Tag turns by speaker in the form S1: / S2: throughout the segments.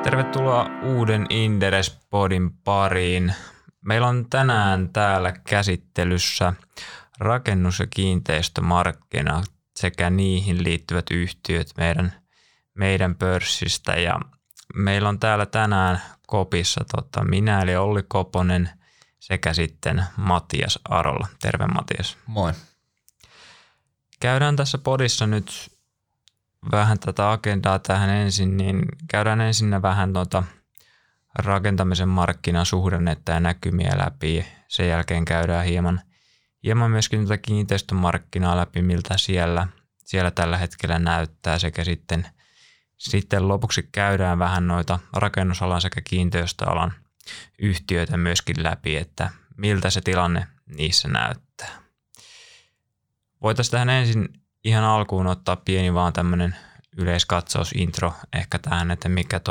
S1: Tervetuloa uuden Inderes-podin pariin. Meillä on tänään täällä käsittelyssä rakennus- ja kiinteistömarkkinat sekä niihin liittyvät yhtiöt meidän pörssistä. Ja meillä on täällä tänään kopissa minä eli Olli Koponen sekä sitten Matias Arola. Terve Matias.
S2: Moi.
S1: Käydään tässä podissa nyt vähän tätä agendaa tähän ensin, niin käydään ensin vähän rakentamisen markkinasuhdannetta ja näkymiä läpi. Sen jälkeen käydään hieman myöskin tätä kiinteistömarkkinaa läpi, miltä siellä tällä hetkellä näyttää, sekä sitten lopuksi käydään vähän noita rakennusalan sekä kiinteistöalan yhtiöitä myöskin läpi, että miltä se tilanne niissä näyttää. Voitaisiin tähän ensin ihan alkuun ottaa pieni vaan tämmöinen yleiskatsausintro ehkä tähän, että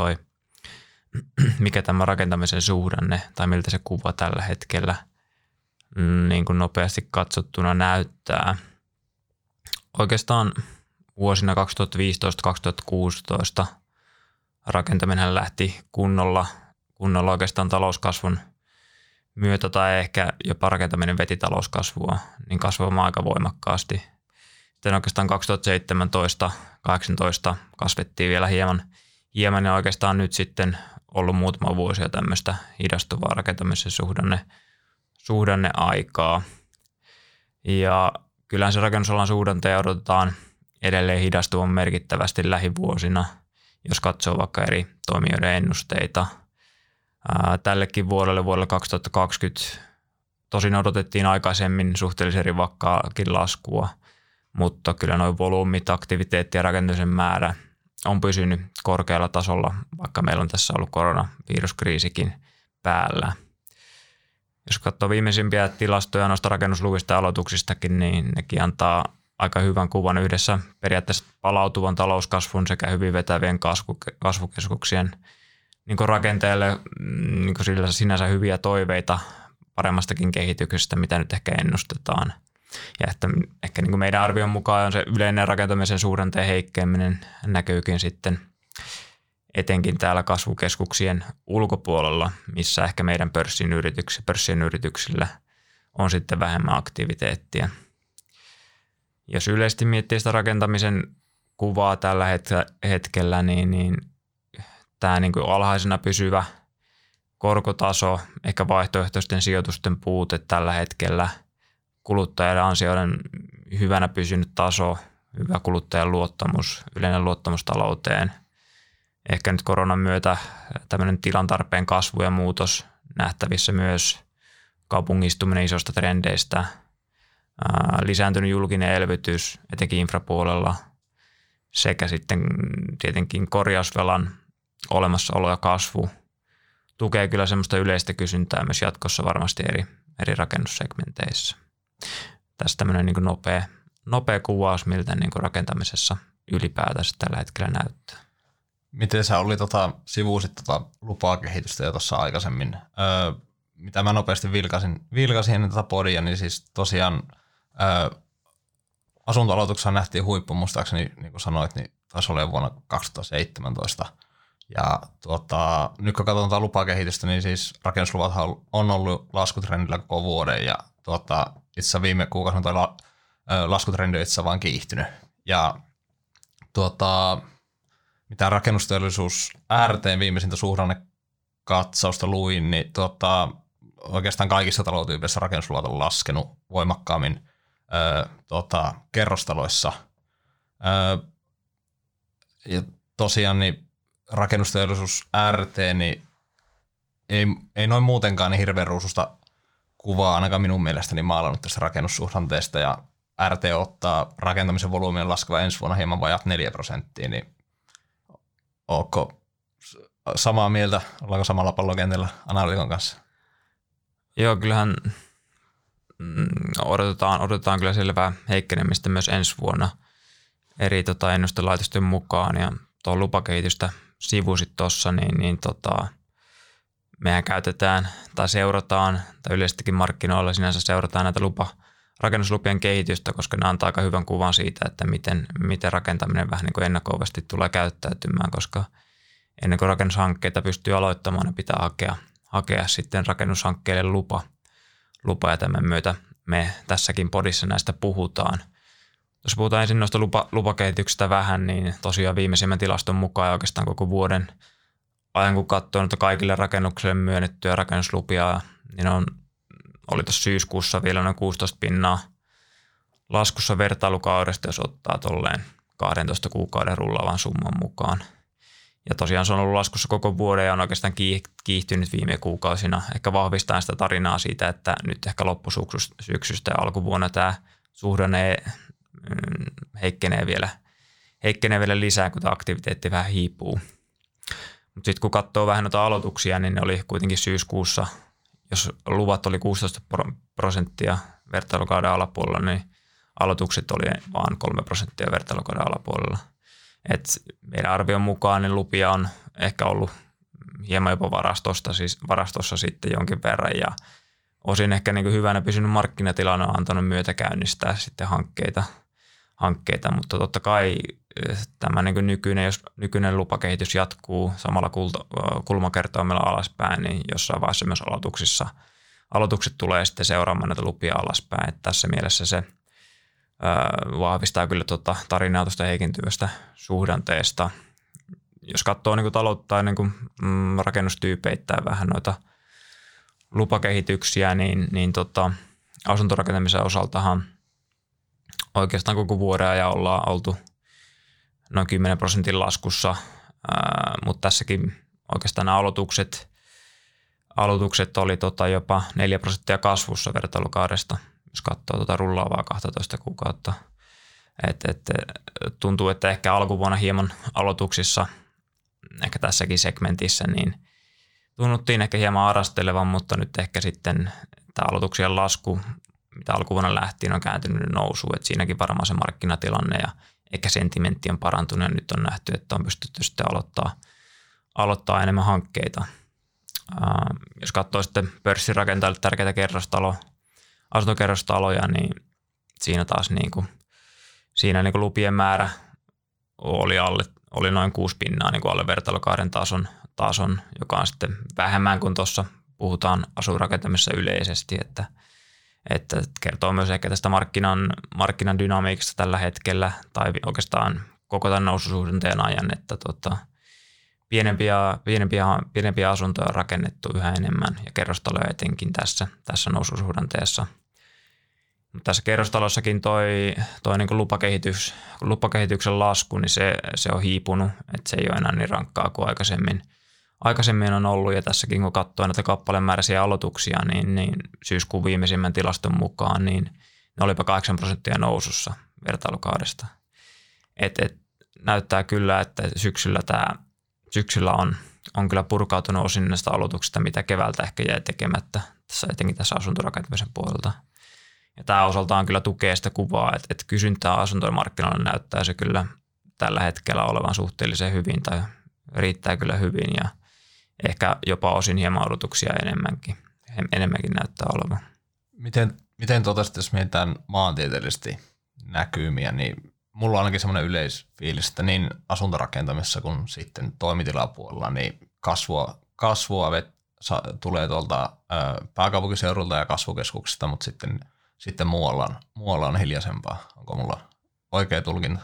S1: mikä tämä rakentamisen suhdanne tai miltä se kuva tällä hetkellä niin kuin nopeasti katsottuna näyttää. Oikeastaan vuosina 2015-2016 rakentaminen lähti kunnolla oikeastaan talouskasvun myötä tai ehkä jopa rakentaminen veti talouskasvua, niin kasvoimaan aika voimakkaasti. Sitten oikeastaan 2017-2018 kasvettiin vielä hieman ja oikeastaan nyt sitten ollut muutama vuosi jo tämmöistä hidastuvaa rakentamisen suhdanneaikaa. Ja kyllähän se rakennusalan suhdanteen odotetaan edelleen hidastuvan merkittävästi lähivuosina, jos katsoo vaikka eri toimijoiden ennusteita. Tällekin vuodelle 2020 tosin odotettiin aikaisemmin suhteellisen rivakkaakin laskua, mutta kyllä nuo volyymit, aktiviteetti ja rakentamisen määrä on pysynyt korkealla tasolla, vaikka meillä on tässä ollut koronaviruskriisikin päällä. Jos katsoo viimeisimpiä tilastoja noista rakennusluvista ja aloituksistakin, niin nekin antaa aika hyvän kuvan yhdessä periaatteessa palautuvan talouskasvun sekä hyvin vetävien kasvukeskuksien niin rakenteelle niin sillä sinänsä hyviä toiveita paremmastakin kehityksestä, mitä nyt ehkä ennustetaan. Ja että ehkä niin kuin meidän arvion mukaan on se yleinen rakentamisen suhdanteen heikkeäminen näkyykin sitten etenkin täällä kasvukeskuksien ulkopuolella, missä ehkä meidän pörssien yrityksillä on sitten vähemmän aktiviteettia. Jos yleisesti miettii sitä rakentamisen kuvaa tällä hetkellä, niin tämä niin kuin alhaisena pysyvä korkotaso, ehkä vaihtoehtoisten sijoitusten puute tällä hetkellä, kuluttajien ansioiden hyvänä pysynyt taso, hyvä kuluttajan luottamus, yleinen luottamus talouteen. Ehkä nyt koronan myötä tämmöinen tilantarpeen kasvu ja muutos nähtävissä myös, kaupungistuminen isosta trendeistä, lisääntynyt julkinen elvytys, etenkin infrapuolella, sekä sitten tietenkin korjausvelan olemassaolo ja kasvu tukee kyllä semmoista yleistä kysyntää myös jatkossa varmasti eri rakennussegmenteissä. Tässä tämmöinen niin kuin nopea kuvaus, miltä niin kuin rakentamisessa ylipäätänsä tällä hetkellä näyttää.
S2: Miten sä sivuusit lupaa kehitystä jo tuossa aikaisemmin? Mitä mä nopeasti vilkasin ennen tätä podia, niin siis tosiaan asuntoaloituksessa nähtiin huippu, muistaakseni niin kuin sanoit, niin taisi olla jo vuonna 2017. Ja nyt kun katsotaan lupakehitystä, niin siis rakennusluvat on ollut laskutrendillä koko vuoden ja itse asiassa viime kuukausina tuo laskutrendi on itse asiassa vaan kiihtynyt. Ja mitä rakennusteollisuus RT:n viimeisintä suhdannekatsausta luin, niin oikeastaan kaikissa talotyypeissä rakennusluvat on laskenut voimakkaammin kerrostaloissa. Ja tosiaan niin rakennusteollisuus RT niin ei noin muutenkaan niin hirveän ruususta kuvaa ainakaan minun mielestäni maalannut tästä rakennussuhdanteesta, ja RT ottaa rakentamisen volyymin laskeva ensi vuonna hieman vajat 4%, niin ootko samaa mieltä, ollaanko samalla pallokentällä analyytikon kanssa?
S1: Joo, kyllähän odotetaan kyllä selvää heikkenemistä myös ensi vuonna eri ennustelaitosten mukaan, ja tuo lupakehitystä sivusit tuossa, niin mehän käytetään tai seurataan, tai yleisestikin markkinoilla sinänsä seurataan näitä rakennuslupien kehitystä, koska ne antaa aika hyvän kuvan siitä, että miten rakentaminen vähän niin kuin ennakoivasti tulee käyttäytymään, koska ennen kuin rakennushankkeita pystyy aloittamaan, niin pitää hakea sitten rakennushankkeelle lupa ja tämän myötä me tässäkin podissa näistä puhutaan. Jos puhutaan ensin noista lupakehityksestä vähän, niin tosiaan viimeisimmän tilaston mukaan ja oikeastaan koko vuoden ajan, kun katsoo noita kaikille rakennuksille myönnettyjä rakennuslupia, niin oli tuossa syyskuussa vielä noin 16% laskussa vertailukaudesta, jos ottaa tolleen 12 kuukauden rullaavan summan mukaan. Ja tosiaan se on ollut laskussa koko vuoden ja on oikeastaan kiihtynyt viime kuukausina. Ehkä vahvistaa sitä tarinaa siitä, että nyt ehkä loppusyksystä ja alkuvuonna tämä suhdanne heikkenee vielä lisää, kun tämä aktiviteetti vähän hiipuu. Mutta sitten kun katsoo vähän noita aloituksia, niin ne oli kuitenkin syyskuussa, jos luvat oli 16% vertailukauden alapuolella, niin aloitukset oli vain 3% vertailukauden alapuolella. Et meidän arvion mukaan niin lupia on ehkä ollut hieman jopa varastossa sitten jonkin verran ja osin ehkä niin kuin hyvänä pysynyt markkinatilanne on antanut myötä käynnistää sitten hankkeita, mutta totta kai tämä niin kuin nykyinen lupakehitys jatkuu samalla kulmakertoimella alaspäin, niin jossain vaiheessa myös aloitukset tulee sitten seuraamaan näitä lupia alaspäin. Että tässä mielessä se vahvistaa kyllä tarinaa tuosta heikentyvästä suhdanteesta. Jos katsoo niin kuin taloutta niin kuin rakennustyypeittäin vähän noita lupakehityksiä, niin asuntorakentamisen osaltahan oikeastaan koko vuoden ajan ollaan oltu noin 10% laskussa, mutta tässäkin oikeastaan nämä aloitukset oli jopa 4% kasvussa vertailukaudesta, jos katsoo rullaavaa 12 kuukautta. Tuntuu, että ehkä alkuvuonna hieman aloituksissa, ehkä tässäkin segmentissä, niin tunnuttiin ehkä hieman arastelevan, mutta nyt ehkä sitten tämä aloituksien lasku, mitä alkuvuonna lähtien on kääntynyt nousuun, että siinäkin varmaan se markkinatilanne ja ehkä sentimentti on parantunut ja nyt on nähty, että on pystytty sitten aloittaa enemmän hankkeita. Jos katsoo sitten pörssirakentajille tärkeitä asuntokerrostaloja, niin siinä taas siinä lupien määrä oli noin 6% niin kuin alle vertailukauden tason, joka on sitten vähemmän kuin tuossa puhutaan asuinrakentamisessa yleisesti, että kertoo myös ehkä tästä markkinan dynamiikasta tällä hetkellä tai oikeastaan koko tämän noususuhdanteen ajan, että pienempiä asuntoja on rakennettu yhä enemmän ja kerrostaloja etenkin tässä noususuhdanteessa. Mutta tässä kerrostalossakin toi niin kuin lupakehityksen lasku, niin se on hiipunut, että se ei ole enää niin rankkaa kuin aikaisemmin on ollut. Ja tässäkin kun katsoo näitä kappalemääräisiä aloituksia, niin syyskuun viimeisimmän tilaston mukaan, niin ne olipa 8% nousussa vertailukaudesta. Näyttää kyllä, että syksyllä on kyllä purkautunut osin näistä aloituksista, mitä keväältä ehkä jäi tekemättä, etenkin tässä asuntorakentamisen puolelta. Ja tämä osaltaan kyllä tukee sitä kuvaa, että kysyntää asuntomarkkinoilla näyttää se kyllä tällä hetkellä olevan suhteellisen hyvin tai riittää kyllä hyvin ja ehkä jopa osin hieman odotuksia enemmänkin näyttää olevan.
S2: Miten jos mietitään maantieteellisesti näkymiä, niin mulla on ainakin semmoinen yleisfiilis, että niin asuntorakentamisessa kuin sitten toimitilapuolella, niin kasvua tulee tuolta pääkaupunkiseudulta ja kasvukeskuksista, mutta sitten muualla on hiljaisempaa. Onko mulla oikea tulkinta?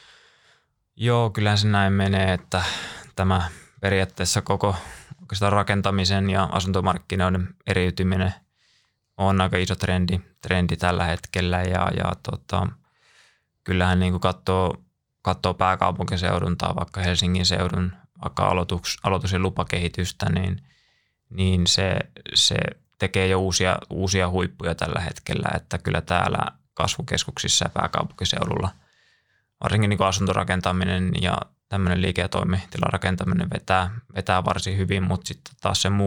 S1: Joo, kyllähän se näin menee, että tämä periaatteessa koko oikeastaan rakentamisen ja asuntomarkkinoiden eriytyminen on aika iso trendi tällä hetkellä ja kyllähän niin kuin katsoo pääkaupunkiseudun tai vaikka Helsingin seudun vaikka aloitus- ja lupakehitystä, niin se tekee jo uusia huippuja tällä hetkellä, että kyllä täällä kasvukeskuksissa ja pääkaupunkiseudulla varsinkin niin kuin asuntorakentaminen ja tämmöinen liike- ja toimitilarakentaminen vetää varsin hyvin, mutta sitten taas se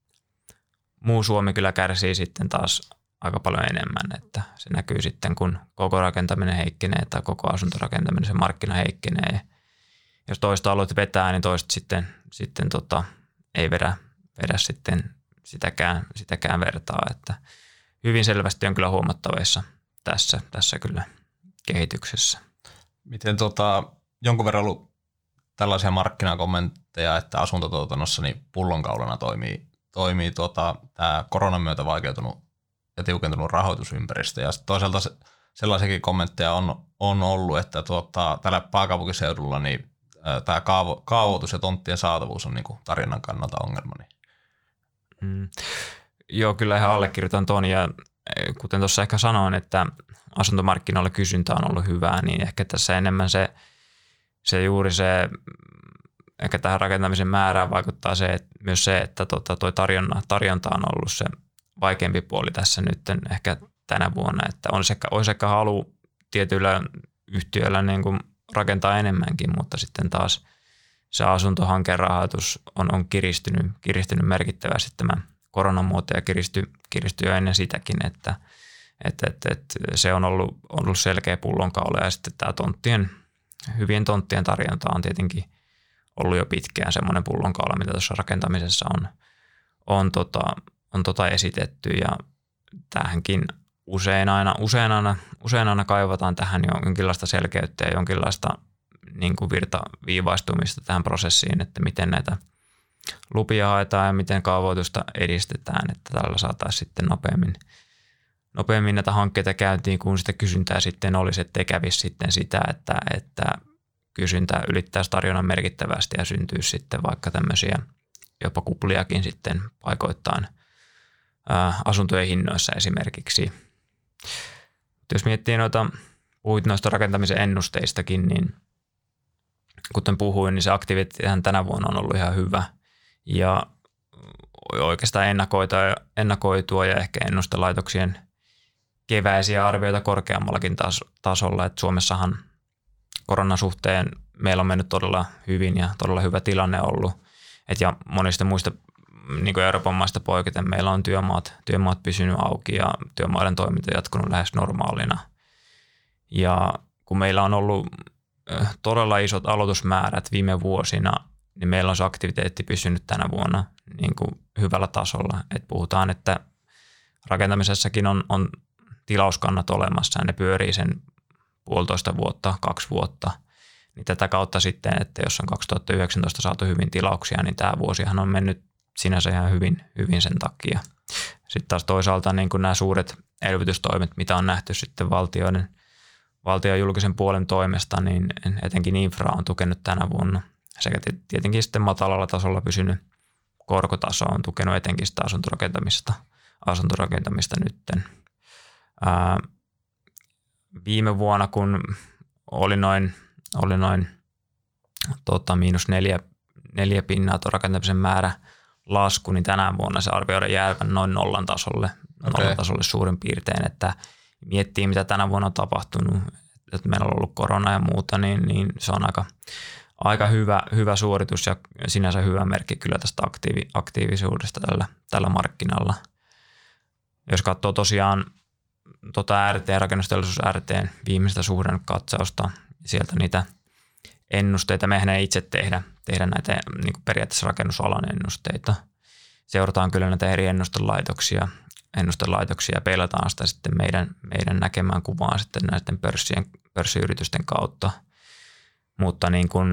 S1: muu Suomi kyllä kärsii sitten taas aika paljon enemmän, että se näkyy sitten, kun koko rakentaminen heikkenee tai koko asuntorakentaminen, se markkina heikkenee. Jos toista alueet vetää, niin toista sitten ei vedä sitten sitäkään vertaa, että hyvin selvästi on kyllä huomattavissa tässä kyllä kehityksessä.
S2: Miten jonkun verran ollut tällaisia markkinakommentteja, että asuntotuotannossa niin pullonkaulana toimii tämä koronan myötä vaikeutunut ja tiukentunut rahoitusympäristö. Ja toisaalta sellaisiakin kommentteja on ollut, että tällä pääkaupunkiseudulla niin tämä kaavoitus ja tonttien saatavuus on niin kuin tarjonnan kannalta ongelma.
S1: Joo, kyllä ihan allekirjoitan ton ja kuten tuossa ehkä sanoin, että asuntomarkkinoilla kysyntä on ollut hyvää, niin ehkä tässä enemmän ehkä tähän rakentamisen määrään vaikuttaa myös se, että toi tarjonta on ollut se vaikeampi puoli tässä nyt ehkä tänä vuonna, että olisi ehkä halu tietyillä yhtiöillä niin kuin rakentaa enemmänkin, mutta sitten taas se asuntohankerahoitus on kiristynyt merkittävästi tämän koronan muoto ja kiristyi jo ennen sitäkin, että se on ollut selkeä pullonkaula ja sitten tämä hyvien tonttien tarjonta on tietenkin ollut jo pitkään semmoinen pullonkaula, mitä tuossa rakentamisessa on esitetty ja tähänkin usein aina kaivataan tähän jonkinlaista selkeyttä ja jonkinlaista niin kuin virtaviivaistumista tähän prosessiin, että miten näitä lupia haetaan ja miten kaavoitusta edistetään, että tällä saataisiin sitten nopeammin näitä hankkeita käyntiin, kun sitä kysyntää sitten olisi, ettei kävisi sitten sitä, että kysyntä ylittäisi tarjonnan merkittävästi ja syntyy sitten vaikka tämmöisiä jopa kupliakin sitten paikoittain asuntojen hinnoissa esimerkiksi. Jos miettii puhuit noista rakentamisen ennusteistakin, niin kuten puhuin, niin se aktiviteettihan tänä vuonna on ollut ihan hyvä ja oikeastaan ennakoitua ja ehkä ennustelaitoksien keväisiä arvioita korkeammallakin tasolla, että Suomessahan koronan suhteen meillä on mennyt todella hyvin ja todella hyvä tilanne ollut, ja monista muista niin kuin Euroopan maista poiketen meillä on työmaat pysynyt auki ja työmaiden toiminta jatkunut lähes normaalina. Ja kun meillä on ollut todella isot aloitusmäärät viime vuosina, niin meillä on se aktiviteetti pysynyt tänä vuonna niin kuin hyvällä tasolla. Et puhutaan, että rakentamisessakin on tilauskannat olemassa ja ne pyörii sen 1,5 vuotta, 2 vuotta. Niin tätä kautta sitten, että jos on 2019 saatu hyvin tilauksia, niin tämä vuosihan on mennyt sinänsä ihan hyvin sen takia. Sitten taas toisaalta niin kuin nämä suuret elvytystoimet, mitä on nähty sitten valtion julkisen puolen toimesta, niin etenkin infra on tukenut tänä vuonna. Sekä tietenkin sitten matalalla tasolla pysynyt korkotaso on tukenut etenkin sitä asuntorakentamista nytten. Viime vuonna, kun oli noin -4 tuon rakentamisen määrä lasku, niin tänä vuonna se arvioidaan jäävän noin nollan tasolle suurin piirtein, että miettii mitä tänä vuonna on tapahtunut, että meillä on ollut korona ja muuta, niin se on aika hyvä suoritus ja sinänsä hyvä merkki kyllä tästä aktiivisuudesta tällä markkinalla. Jos katsoo tosiaan rakennusteollisuus RT:n viimeistä suhdannekatsausta, sieltä niitä ennusteita, mehän ei itse tehdä näitä niin kuin periaatteessa rakennusalan ennusteita. Seurataan kyllä näitä eri ennustelaitoksia ja peilataan sitä sitten meidän näkemään kuvaa sitten näiden pörssiyritysten kautta. Mutta niin kuin,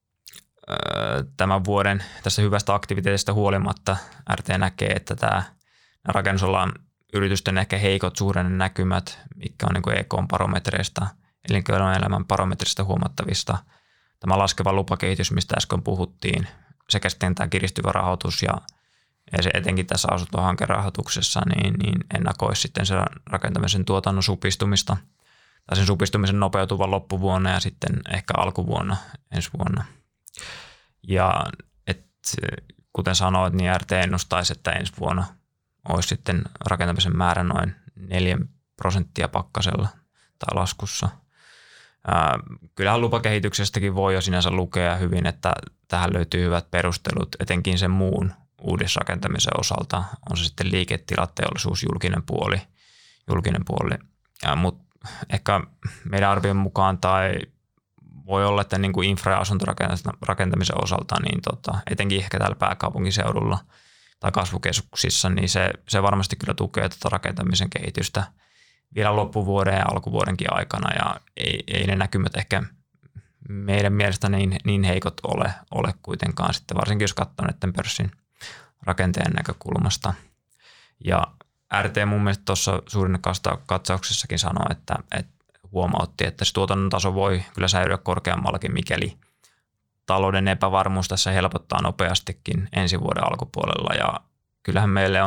S1: tämän vuoden tästä hyvästä aktiviteetista huolimatta RT näkee, että tämä rakennusalan yritysten ehkä heikot suhdannenäkymät, mitkä on niin kuin EK-barometreista, elinkeinoelämän barometrista huomattavista, tämä laskeva lupakehitys, mistä äsken puhuttiin, sekä sitten tämä kiristyvä rahoitus ja se etenkin tässä asuntohankerahoituksessa, niin ennakoisi sitten se rakentamisen tuotannon supistumista tai sen supistumisen nopeutuvan loppuvuonna ja sitten ehkä alkuvuonna ensi vuonna. Ja kuten sanoit, niin RT ennustaisi, että ensi vuonna olisi sitten rakentamisen määrä noin 4% pakkasella tai laskussa. Kyllähän lupakehityksestäkin voi jo sinänsä lukea hyvin, että tähän löytyy hyvät perustelut, etenkin sen muun uudisrakentamisen osalta. On se sitten liiketilat, teollisuus, julkinen puoli. Mutta ehkä meidän arvion mukaan tai voi olla, että niin kuin infra- ja asuntorakentamisen osalta, niin etenkin ehkä täällä pääkaupunkiseudulla tai kasvukeskuksissa, niin se varmasti kyllä tukee tätä rakentamisen kehitystä vielä loppuvuoden ja alkuvuodenkin aikana ja ei ne näkymät ehkä meidän mielestä niin heikot ole kuitenkaan sitten, varsinkin jos katsoo näiden pörssin rakenteen näkökulmasta. Ja RT mun mielestä tuossa suurin katsauksessakin sanoi, että huomautti, että se tuotannon taso voi kyllä säilyä korkeammallakin, mikäli talouden epävarmuus tässä helpottaa nopeastikin ensi vuoden alkupuolella. Ja kyllähän meille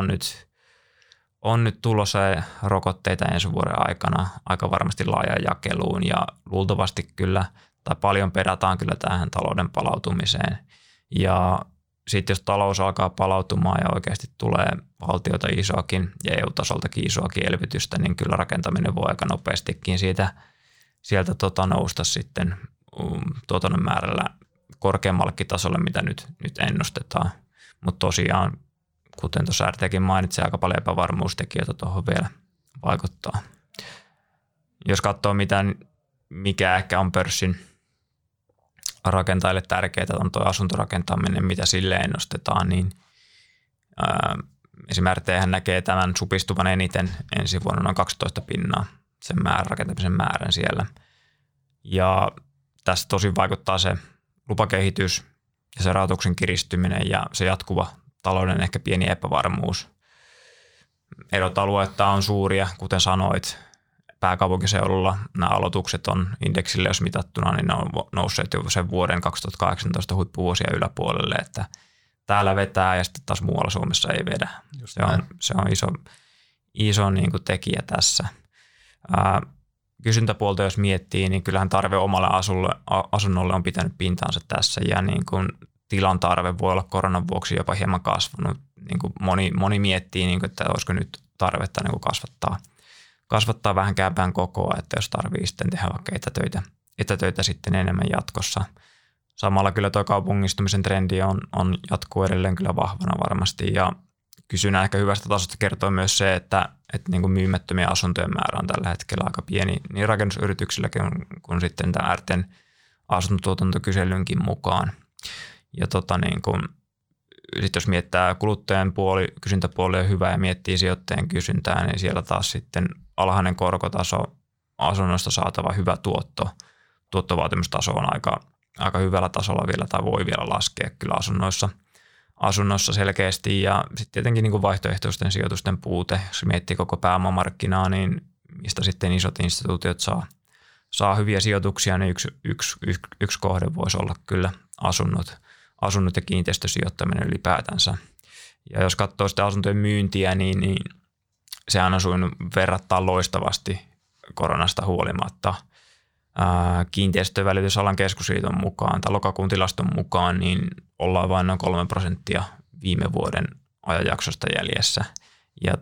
S1: on nyt tulossa rokotteita ensi vuoden aikana aika varmasti laajan jakeluun ja luultavasti kyllä, tai paljon pedataan kyllä tähän talouden palautumiseen. Ja sitten jos talous alkaa palautumaan ja oikeasti tulee valtiota isoakin ja EU-tasoltakin isoakin elvytystä, niin kyllä rakentaminen voi aika nopeastikin sieltä nousta sitten tuotannon määrällä korkeammallekin tasolle, mitä nyt ennustetaan. Mutta tosiaan, kuten tuossa RTkin mainitsi, aika paljon epävarmuustekijöitä tuohon vielä vaikuttaa. Jos katsoo, mikä ehkä on pörssin rakentajille tärkeää, on tuo asuntorakentaminen, mitä sille ennustetaan, niin esimerkiksi RThän näkee tämän supistuvan eniten ensi vuonna noin 12%, sen rakentamisen määrän siellä. Ja tässä tosi vaikuttaa se lupakehitys ja se rahoituksen kiristyminen ja se jatkuva talouden ehkä pieni epävarmuus. Erot alueetta on suuria, kuten sanoit. Pääkaupunkiseudulla nämä aloitukset on indeksille, jos mitattuna, niin ne on nousseet jo sen vuoden 2018 huippuvuosia yläpuolelle, että täällä vetää ja sitten taas muualla Suomessa ei vedä. Se on iso niin kuin tekijä tässä. Kysyntäpuolta jos miettii, niin kyllähän tarve omalle asunnolle on pitänyt pintaansa tässä ja niin kuin tilan tarve voi olla koronan vuoksi jopa hieman kasvanut. Niin kuin moni miettii, niin kuin, että olisiko nyt tarvetta niin kuin kasvattaa vähän kääpään kokoa, että jos tarvii sitten tehdä vaikka etätöitä sitten enemmän jatkossa. Samalla kyllä tuo kaupungistumisen trendi on jatkuu edelleen kyllä vahvana varmasti ja kysynnän ehkä hyvästä tasosta kertoo myös se, että niin kuin myymättömien asuntojen määrä on tällä hetkellä aika pieni niin rakennusyrityksilläkin kuin sitten tämä RT:n asuntotuotantokyselynkin mukaan. Ja niin kuin, sit jos miettää kuluttajan puoli, kysyntäpuoli on hyvä ja miettii sijoittajien kysyntää, niin siellä taas sitten alhainen korkotaso, asunnosta saatava hyvä tuottovaatimustaso on aika hyvällä tasolla vielä tai voi vielä laskea kyllä asunnoissa selkeästi ja sitten tietenkin niin kuin vaihtoehtoisten sijoitusten puute, jos miettii koko pääomamarkkinaa, niin mistä sitten isot instituutiot saa hyviä sijoituksia, niin yksi kohde voisi olla kyllä asunnot ja kiinteistösijoittaminen ylipäätänsä. Ja jos katsoo sitä asuntojen myyntiä, niin sehän on sujunut verrattain loistavasti koronasta huolimatta. Kiinteistövälitysalan keskusliiton mukaan tai lokakuun tilaston mukaan niin ollaan vain noin 3% viime vuoden ajanjaksosta jäljessä. Ja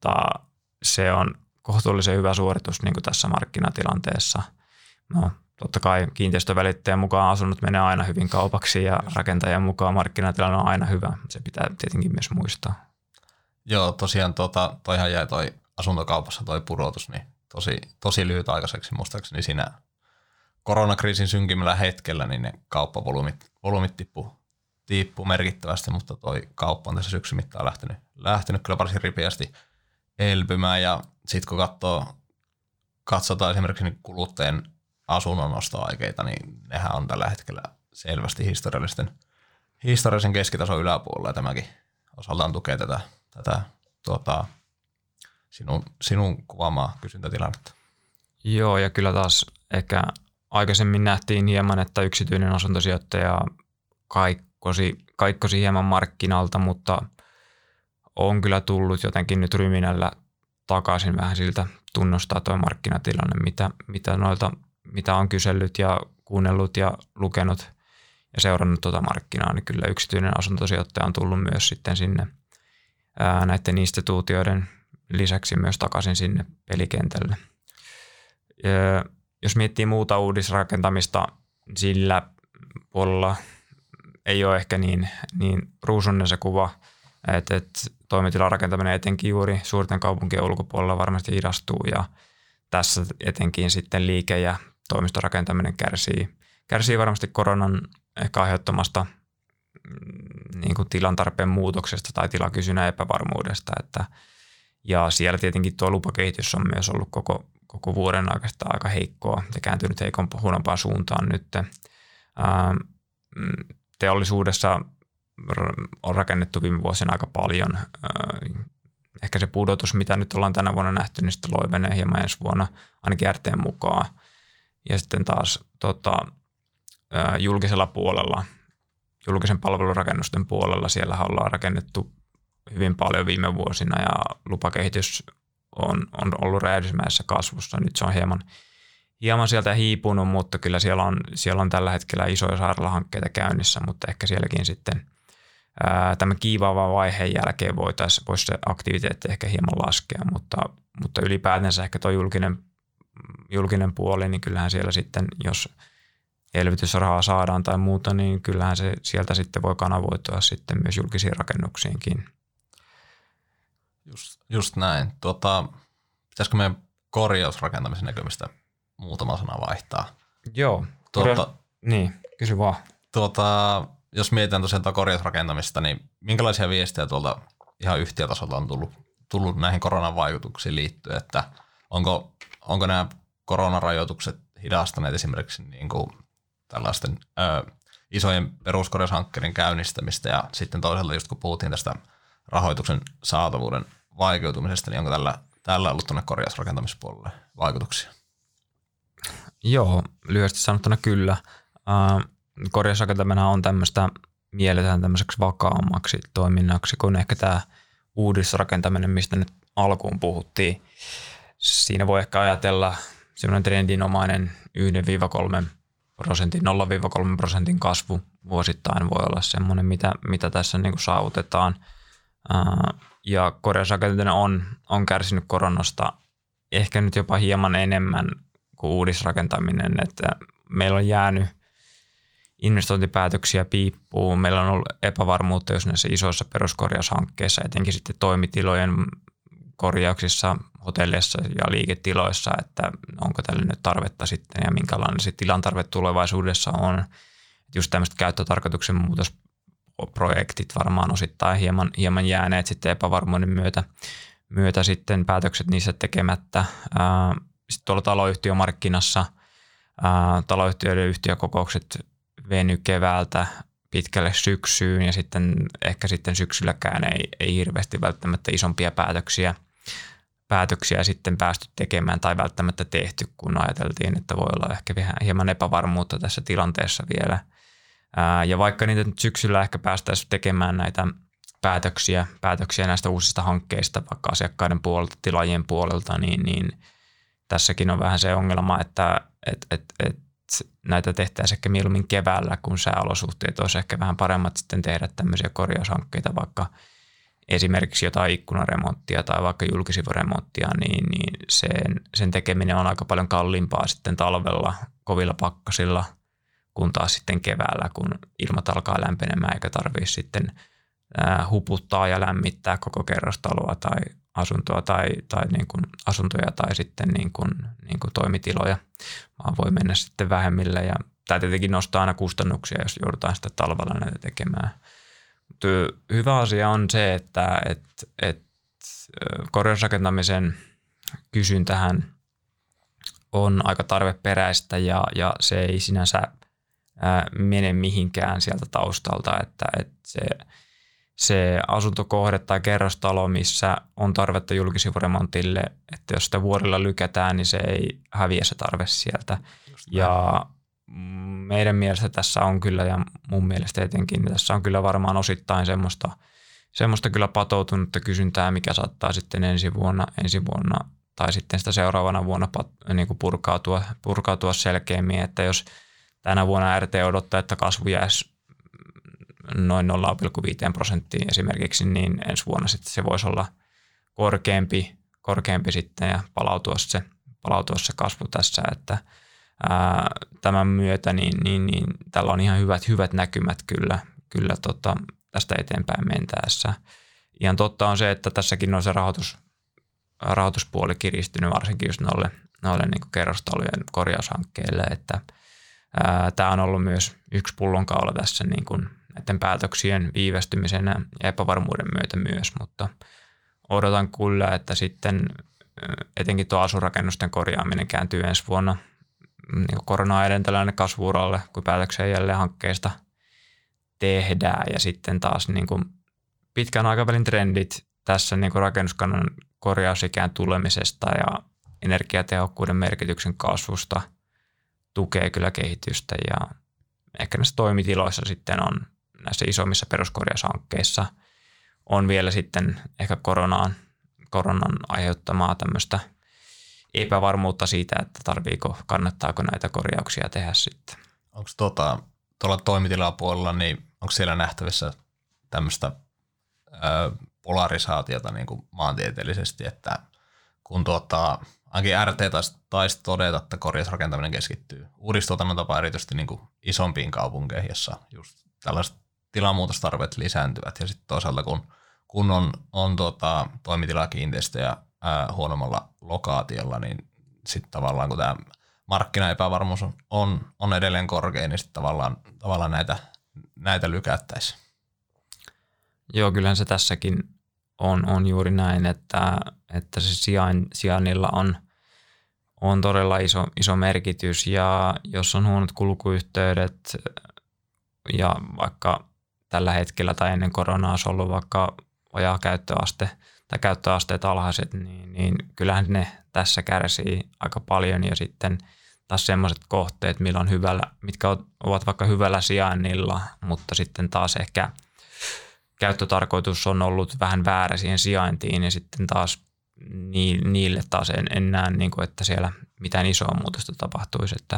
S1: se on kohtuullisen hyvä suoritus niin kuin tässä markkinatilanteessa. No, totta kai kiinteistövälittäjän mukaan asunnot menee aina hyvin kaupaksi ja rakentajan mukaan markkinatilanne on aina hyvä. Se pitää tietenkin myös muistaa. Joo,
S2: tosiaan toihan jäi toi asuntokaupassa toi pudotus niin tosi lyhytaikaiseksi muistaakseni siinä koronakriisin synkimmällä hetkellä, niin ne kauppavolyymit tippuu merkittävästi, mutta toi kauppa on tässä syksyn mittaan lähtenyt kyllä varsin ripeästi elpymään ja sitten kun katsotaan esimerkiksi niin kuluttajien asunnon ostoaikeita, niin nehän on tällä hetkellä selvästi historiallisen keskitason yläpuolella ja tämäkin osaltaan tukee tätä sinun kuvaamaa kysyntätilannetta.
S1: Joo, ja kyllä taas ehkä aikaisemmin nähtiin hieman, että yksityinen asuntosijoittaja kaikkosi hieman markkinalta, mutta on kyllä tullut jotenkin nyt ryminällä takaisin vähän siltä tunnustaa tuo markkinatilanne, mitä on kysellyt ja kuunnellut ja lukenut ja seurannut tuota markkinaa, niin kyllä yksityinen asuntosijoittaja on tullut myös sitten sinne näiden instituutioiden lisäksi myös takaisin sinne pelikentälle. Jos miettii muuta uudisrakentamista, sillä puolella ei ole ehkä niin ruusuinen se kuva, että toimitilarakentaminen etenkin juuri suurten kaupunkien ulkopuolella varmasti hidastuu ja tässä etenkin sitten liike- ja toimistorakentaminen kärsii varmasti koronan ehkä aiheuttamasta niin kuin tilan tarpeen muutoksesta tai tilakysynnän epävarmuudesta. Ja siellä tietenkin tuo lupakehitys on myös ollut koko vuoden oikeastaan aika heikkoa ja kääntynyt huonompaan suuntaan nyt. Teollisuudessa on rakennettu viime vuosina aika paljon. Ehkä se pudotus, mitä nyt ollaan tänä vuonna nähty, niin sitten loivenee hieman ensi vuonna, ainakin RT:n mukaan. Ja sitten taas julkisella puolella, julkisen palvelurakennusten puolella, siellä ollaan rakennettu hyvin paljon viime vuosina ja lupakehitys on ollut räjähdysmäisessä kasvussa. Nyt se on hieman sieltä hiipunut, mutta kyllä siellä on tällä hetkellä isoja sairaalahankkeita käynnissä, mutta ehkä sielläkin sitten tämän kiivaavan vaiheen jälkeen voisi se aktiviteetti ehkä hieman laskea, mutta ylipäätänsä ehkä tuo julkinen puoli, niin kyllähän siellä sitten, jos elvytysrahaa saadaan tai muuta, niin kyllähän se sieltä sitten voi kanavoitua sitten myös julkisiin rakennuksiinkin.
S2: Just näin. Pitäisikö meidän korjausrakentamisen näkymistä muutama sana vaihtaa?
S1: Joo. Niin, kysy vaan.
S2: Jos mietitään tosiaan korjausrakentamista, niin minkälaisia viestejä tuolta ihan yhtiötasolta on tullut näihin koronan vaikutuksiin liittyen, että onko nämä koronarajoitukset hidastaneet esimerkiksi niin kuin tällaisten isojen peruskorjaushankkeiden käynnistämistä ja sitten toisaalta just kun puhuttiin tästä rahoituksen saatavuuden vaikeutumisesta, niin onko tällä ollut tuonne korjausrakentamispuolelle vaikutuksia?
S1: Joo, lyhyesti sanottuna kyllä. Korjausrakentaminen on mielletään tämmöiseksi vakaammaksi toiminnaksi kuin ehkä tämä uudisrakentaminen, mistä nyt alkuun puhuttiin. Siinä voi ehkä ajatella semmoinen trendinomainen 0-3% kasvu vuosittain voi olla semmoinen, mitä tässä niin kuin saavutetaan. Ja korjausrakentaminen on kärsinyt koronasta ehkä nyt jopa hieman enemmän kuin uudisrakentaminen, että meillä on jäänyt investointipäätöksiä piippuun. Meillä on ollut epävarmuutta jos näissä isoissa peruskorjaushankkeissa, etenkin sitten toimitilojen korjauksissa, hotelleissa ja liiketiloissa, että onko tälle nyt tarvetta sitten ja minkälainen se tilan tarve tulevaisuudessa on. Just tämmöiset käyttötarkoituksen muutosprojektit varmaan osittain hieman jääneet sitten epävarmuuden myötä sitten päätökset niissä tekemättä. Sitten tuolla taloyhtiömarkkinassa taloyhtiöiden yhtiökokoukset veny keväältä pitkälle syksyyn ja sitten ehkä sitten syksylläkään ei hirveästi välttämättä isompia päätöksiä sitten päästy tekemään tai välttämättä tehty, kun ajateltiin, että voi olla ehkä hieman epävarmuutta tässä tilanteessa vielä. Ja vaikka niitä nyt syksyllä ehkä päästäisiin tekemään näitä päätöksiä näistä uusista hankkeista, vaikka asiakkaiden puolelta, tilaajien puolelta, niin tässäkin on vähän se ongelma, että näitä tehtäisiin ehkä mieluummin keväällä, kun sääolosuhteet olisi ehkä vähän paremmat sitten tehdä tämmöisiä korjaushankkeita, vaikka esimerkiksi jotain ikkunaremonttia tai vaikka julkisivuremonttia, niin sen tekeminen on aika paljon kalliimpaa sitten talvella kovilla pakkasilla, kun taas sitten keväällä, kun ilmat alkaa lämpenemään eikä tarvitse sitten huputtaa ja lämmittää koko kerrostaloa tai asuntoa tai niin kuin asuntoja tai sitten niin kuin toimitiloja, vaan voi mennä sitten vähemmillä ja tämä tietenkin nostaa aina kustannuksia, jos joudutaan sitä talvella näitä tekemään. Mutta hyvä asia on se, että korjausrakentamisen kysyntähän on aika tarveperäistä ja se ei sinänsä mene mihinkään sieltä taustalta, että se asuntokohde tai kerrostalo, missä on tarvetta julkisivuremontille, että jos sitä vuodella lykätään, niin se ei häviä se tarve sieltä. Ja meidän mielestä tässä on kyllä, ja mun mielestä etenkin, tässä on kyllä varmaan osittain semmoista kyllä patoutunutta kysyntää, mikä saattaa sitten ensi vuonna tai sitten sitä seuraavana vuonna niin kuin purkautua selkeämmin, että jos tänä vuonna RT odottaa, että kasvu jäisi noin 0,5% esimerkiksi, niin ensi vuonna sitten se voisi olla korkeampi sitten ja palautua se kasvu tässä, että tämän myötä niin tällä on ihan hyvät näkymät kyllä tästä eteenpäin mentäessä. Ihan totta on se, että tässäkin on se rahoituspuoli kiristynyt varsinkin just noille niin kuin kerrostalojen korjaushankkeille, että tämä on ollut myös yksi pullonkaula tässä niin kuin näiden päätöksien viivästymisen ja epävarmuuden myötä myös, mutta odotan kyllä, että sitten etenkin tuo asurakennusten korjaaminen kääntyy ensi vuonna niin koronaa edeltävälle kasvu-uralle, kun päätöksiä jälleen hankkeesta tehdään. Ja sitten taas niin kuin pitkän aikavälin trendit tässä niin kuin rakennuskannan korjausikään tulemisesta ja energiatehokkuuden merkityksen kasvusta tukee kyllä kehitystä. Ja ehkä näissä toimitiloissa sitten on näissä isommissa peruskorjaushankkeissa on vielä sitten ehkä koronan aiheuttamaa tämmöistä epävarmuutta siitä, että kannattaako näitä korjauksia tehdä sitten.
S2: Onko tuolla toimitilapuolella, niin onko siellä nähtävissä tämmöistä polarisaatiota niin kuin maantieteellisesti, että kun ainakin RT taisi todeta, että korjausrakentaminen keskittyy uudistuotannon tapaan erityisesti niin kuin isompiin kaupunkeihin, jossa just tällaiset tilamuutostarpeet lisääntyvät ja sitten toisaalta kun on toimitilakiinteistöjä huonommalla lokaatiolla, niin sitten tavallaan kun tämä markkinaepävarmuus on edelleen korkea, niin sitten tavallaan näitä lykättäisiin. Joo,
S1: kyllähän se tässäkin on juuri näin, että se sijainnilla on todella iso merkitys ja jos on huonot kulkuyhteydet ja vaikka tällä hetkellä tai ennen koronaa olisi ollut vaikka vajaa käyttöaste tai käyttöasteet alhaiset, niin kyllähän ne tässä kärsii aika paljon ja sitten taas sellaiset kohteet, mitkä ovat vaikka hyvällä sijainnilla, mutta sitten taas ehkä käyttötarkoitus on ollut vähän väärä siihen sijaintiin ja sitten taas niille taas en näe, niin kuin, että siellä mitään isoa muutosta tapahtuisi. Että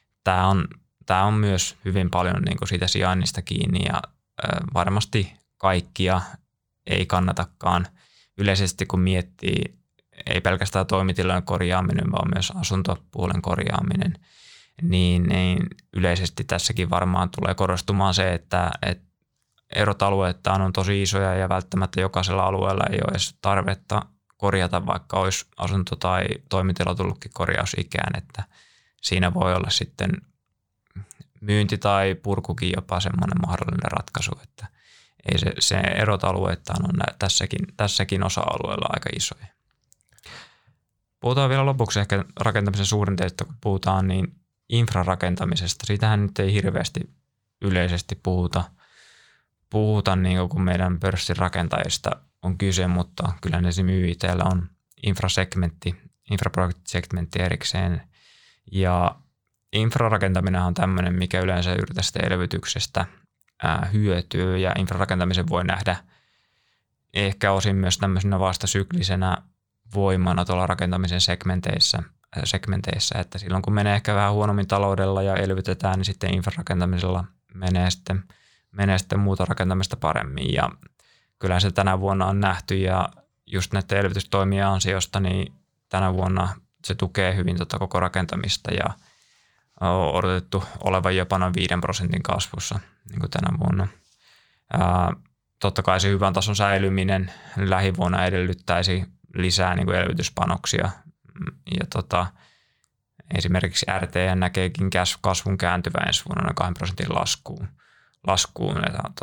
S1: tämä on myös hyvin paljon niin kuin siitä sijainnista kiinni ja varmasti kaikkia ei kannatakaan yleisesti, kun miettii ei pelkästään toimitilojen korjaaminen, vaan myös asuntopuolen korjaaminen, niin yleisesti tässäkin varmaan tulee korostumaan se, että erot alueittain on tosi isoja ja välttämättä jokaisella alueella ei ole edes tarvetta korjata, vaikka olisi asunto tai toimitila tullutkin korjausikään, että siinä voi olla sitten myynti tai purkukin jopa semmoinen mahdollinen ratkaisu, että ei se erot alueittain on tässäkin osa-alueella aika isoja. Puhutaan vielä lopuksi ehkä rakentamisen suhdanteista, kun puhutaan niin infrarakentamisesta. Siitähän nyt ei hirveästi yleisesti puhuta niin kuin meidän pörssin rakentajista on kyse, mutta kyllä esimerkiksi YIT:llä on infraprojektisegmentti erikseen. Ja infrarakentaminen on tämmöinen, mikä yleensä yritysten elvytyksestä hyötyy ja infrarakentamisen voi nähdä ehkä osin myös tämmöisenä vastasyklisenä voimana tuolla rakentamisen segmenteissä, että silloin kun menee ehkä vähän huonommin taloudella ja elvytetään, niin sitten infrarakentamisella menee sitten muuta rakentamista paremmin ja kyllä se tänä vuonna on nähty ja just näiden elvytystoimien ansiosta, niin tänä vuonna se tukee hyvin koko rakentamista ja on odotettu olevan jopa noin 5% kasvussa niin kuin tänä vuonna. Totta kai se hyvän tason säilyminen lähivuonna edellyttäisi lisää niin kuin elvytyspanoksia ja esimerkiksi RT näkeekin kasvun kääntyvän ensi vuonna noin 2% laskuun.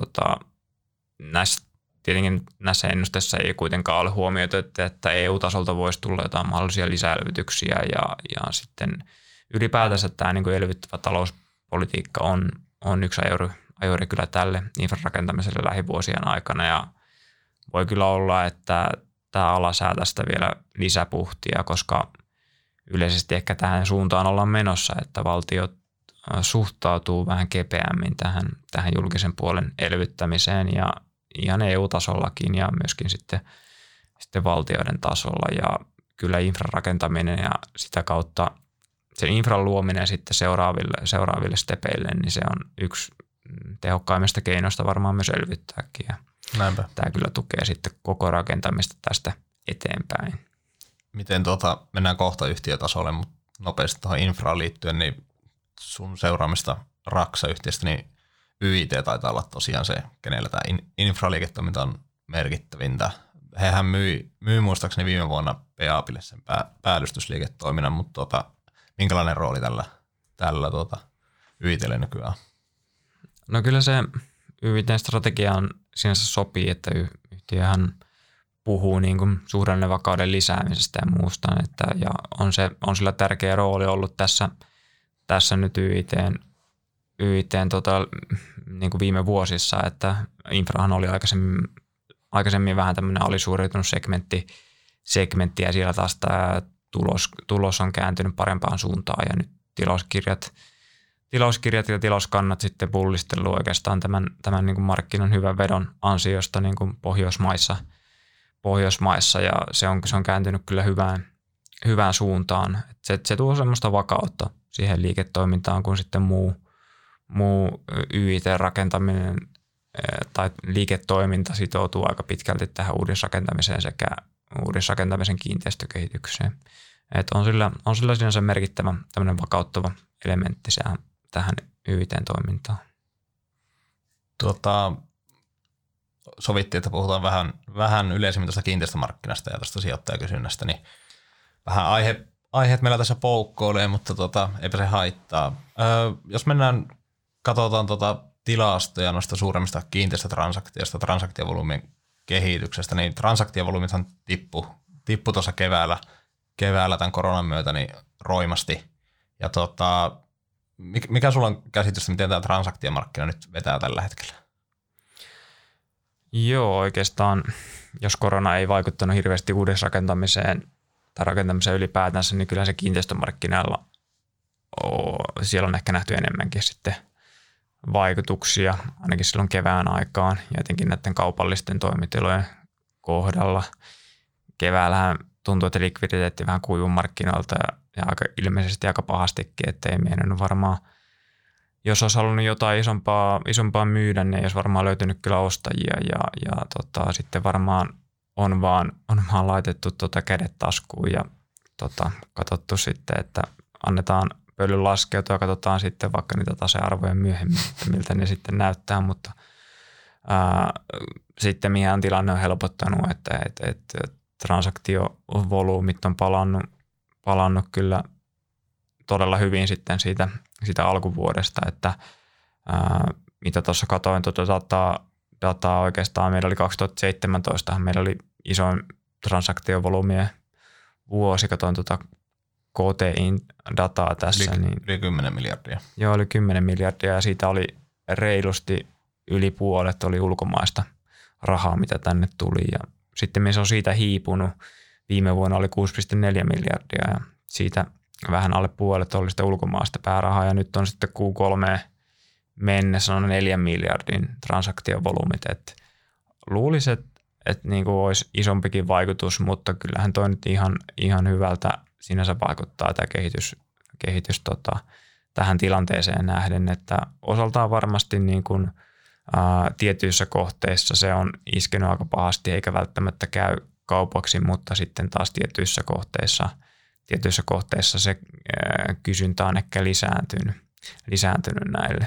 S1: Tietenkin näissä ennusteissa ei kuitenkaan ole huomioitu, että EU-tasolta voisi tulla jotain mahdollisia lisäelvytyksiä ja sitten ylipäätänsä tämä niin kuin elvyttävä talouspolitiikka on yksi ajuri kyllä tälle infrarakentamiselle lähivuosien aikana ja voi kyllä olla, että tämä ala saa tästä vielä lisäpuhtia, koska yleisesti ehkä tähän suuntaan ollaan menossa, että valtiot suhtautuu vähän kepeämmin tähän julkisen puolen elvyttämiseen ja ihan EU-tasollakin ja myöskin sitten valtioiden tasolla ja kyllä infrarakentaminen ja sitä kautta sen infran luominen sitten seuraaville stepeille, niin se on yksi tehokkaimmista keinoista varmaan myös elvyttääkin. Ja
S2: näinpä.
S1: Tämä kyllä tukee sitten koko rakentamista tästä eteenpäin.
S2: Miten mennään kohta yhtiötasolle, mutta nopeasti tuohon infraan liittyen, niin sun seuraamista Raksa-yhtiöstä, niin YIT taitaa olla tosiaan se, kenellä tämä infraliiketoiminta on merkittävintä. Hehän myi muistaakseni viime vuonna PAPille sen päällystysliiketoiminnan, mutta minkälainen rooli tällä YIT:lle nykyään?
S1: No kyllä se YIT:n strategiaan sinänsä sopii, että yhtiöhän puhuu niin kuin suhdannevakauden lisäämisestä ja muusta, ja on sillä tärkeä rooli ollut tässä tässä nyt YIT:n niin kuin viime vuosissa, että infrahan oli aikaisemmin vähän tämmöinen alisuoriutunut segmentti ja siellä taas tämä tulos on kääntynyt parempaan suuntaan ja nyt tilauskirjat ja tilauskannat sitten pullistellut oikeastaan tämän niin kuin markkinan hyvän vedon ansiosta niin kuin Pohjoismaissa ja se on kääntynyt kyllä hyvään suuntaan. Se tuo semmoista vakautta siihen liiketoimintaan, kun sitten muu YIT-rakentaminen tai liiketoiminta sitoutuu aika pitkälti tähän uudisrakentamiseen sekä uudisrakentamisen kiinteistökehitykseen. On sillä sinänsä merkittävä tämmöinen vakauttava elementti tähän YIT-toimintaan.
S2: Sovittiin, että puhutaan vähän yleisemmin tuosta kiinteistömarkkinasta ja tuosta sijoittajakysynnästä, niin vähän aiheet meillä tässä poukkoilee, mutta eipä se haittaa. Jos katsotaan tilastoja noista suuremmista kiinteistötransaktioista, transaktiovolyymin kehityksestä, niin transaktiovolyymithan tippu tuossa keväällä tämän koronan myötä niin roimasti. Ja mikä sulla on käsitystä, miten tämä transaktiomarkkina nyt vetää tällä hetkellä?
S1: Joo, oikeastaan jos korona ei vaikuttanut hirveästi uudisrakentamiseen tai rakentamiseen ylipäätänsä, niin kyllä se kiinteistömarkkinoilla siellä on ehkä nähty enemmänkin sitten vaikutuksia, ainakin silloin kevään aikaan ja etenkin näiden kaupallisten toimitilojen kohdalla. Keväällähän tuntui, että likviditeetti vähän kuivui markkinoilta ja ilmeisesti aika pahastikin, että ei meinannut varmaan, jos olisi halunnut jotain isompaa myydä, niin ei olisi varmaan löytynyt kyllä ostajia ja sitten varmaan on vaan laitettu kädet taskuun ja katsottu sitten, että annetaan pöllyn laskeutua ja katsotaan sitten vaikka niitä tasearvoja myöhemmin, että miltä ne sitten näyttää, mutta sitten mihin tilanne on helpottanut, että transaktiovolyymit on palannut kyllä todella hyvin sitten siitä alkuvuodesta, että mitä tuossa katoin dataa oikeastaan, meillä oli 2017, meillä oli isoin transaktiovolyymien vuosi, katoin KTI:n dataa tässä.
S2: Yli 10 miljardia.
S1: Joo, oli 10 miljardia ja siitä oli reilusti yli puolet oli ulkomaista rahaa, mitä tänne tuli ja sitten se on siitä hiipunut. Viime vuonna oli 6,4 miljardia ja siitä vähän alle puolet oli sitä ulkomaista päärahaa ja nyt on sitten Q3 mennessä on 4 miljardin transaktiovolyymit. Luulisi, että niin kuin olisi isompikin vaikutus, mutta kyllähän toi nyt ihan hyvältä sinänsä vaikuttaa tämä kehitys tähän tilanteeseen nähden, että osaltaan varmasti niin kuin, tietyissä kohteissa se on iskenyt aika pahasti eikä välttämättä käy kaupaksi, mutta sitten taas tietyissä kohteissa se kysyntä on ehkä lisääntynyt näille.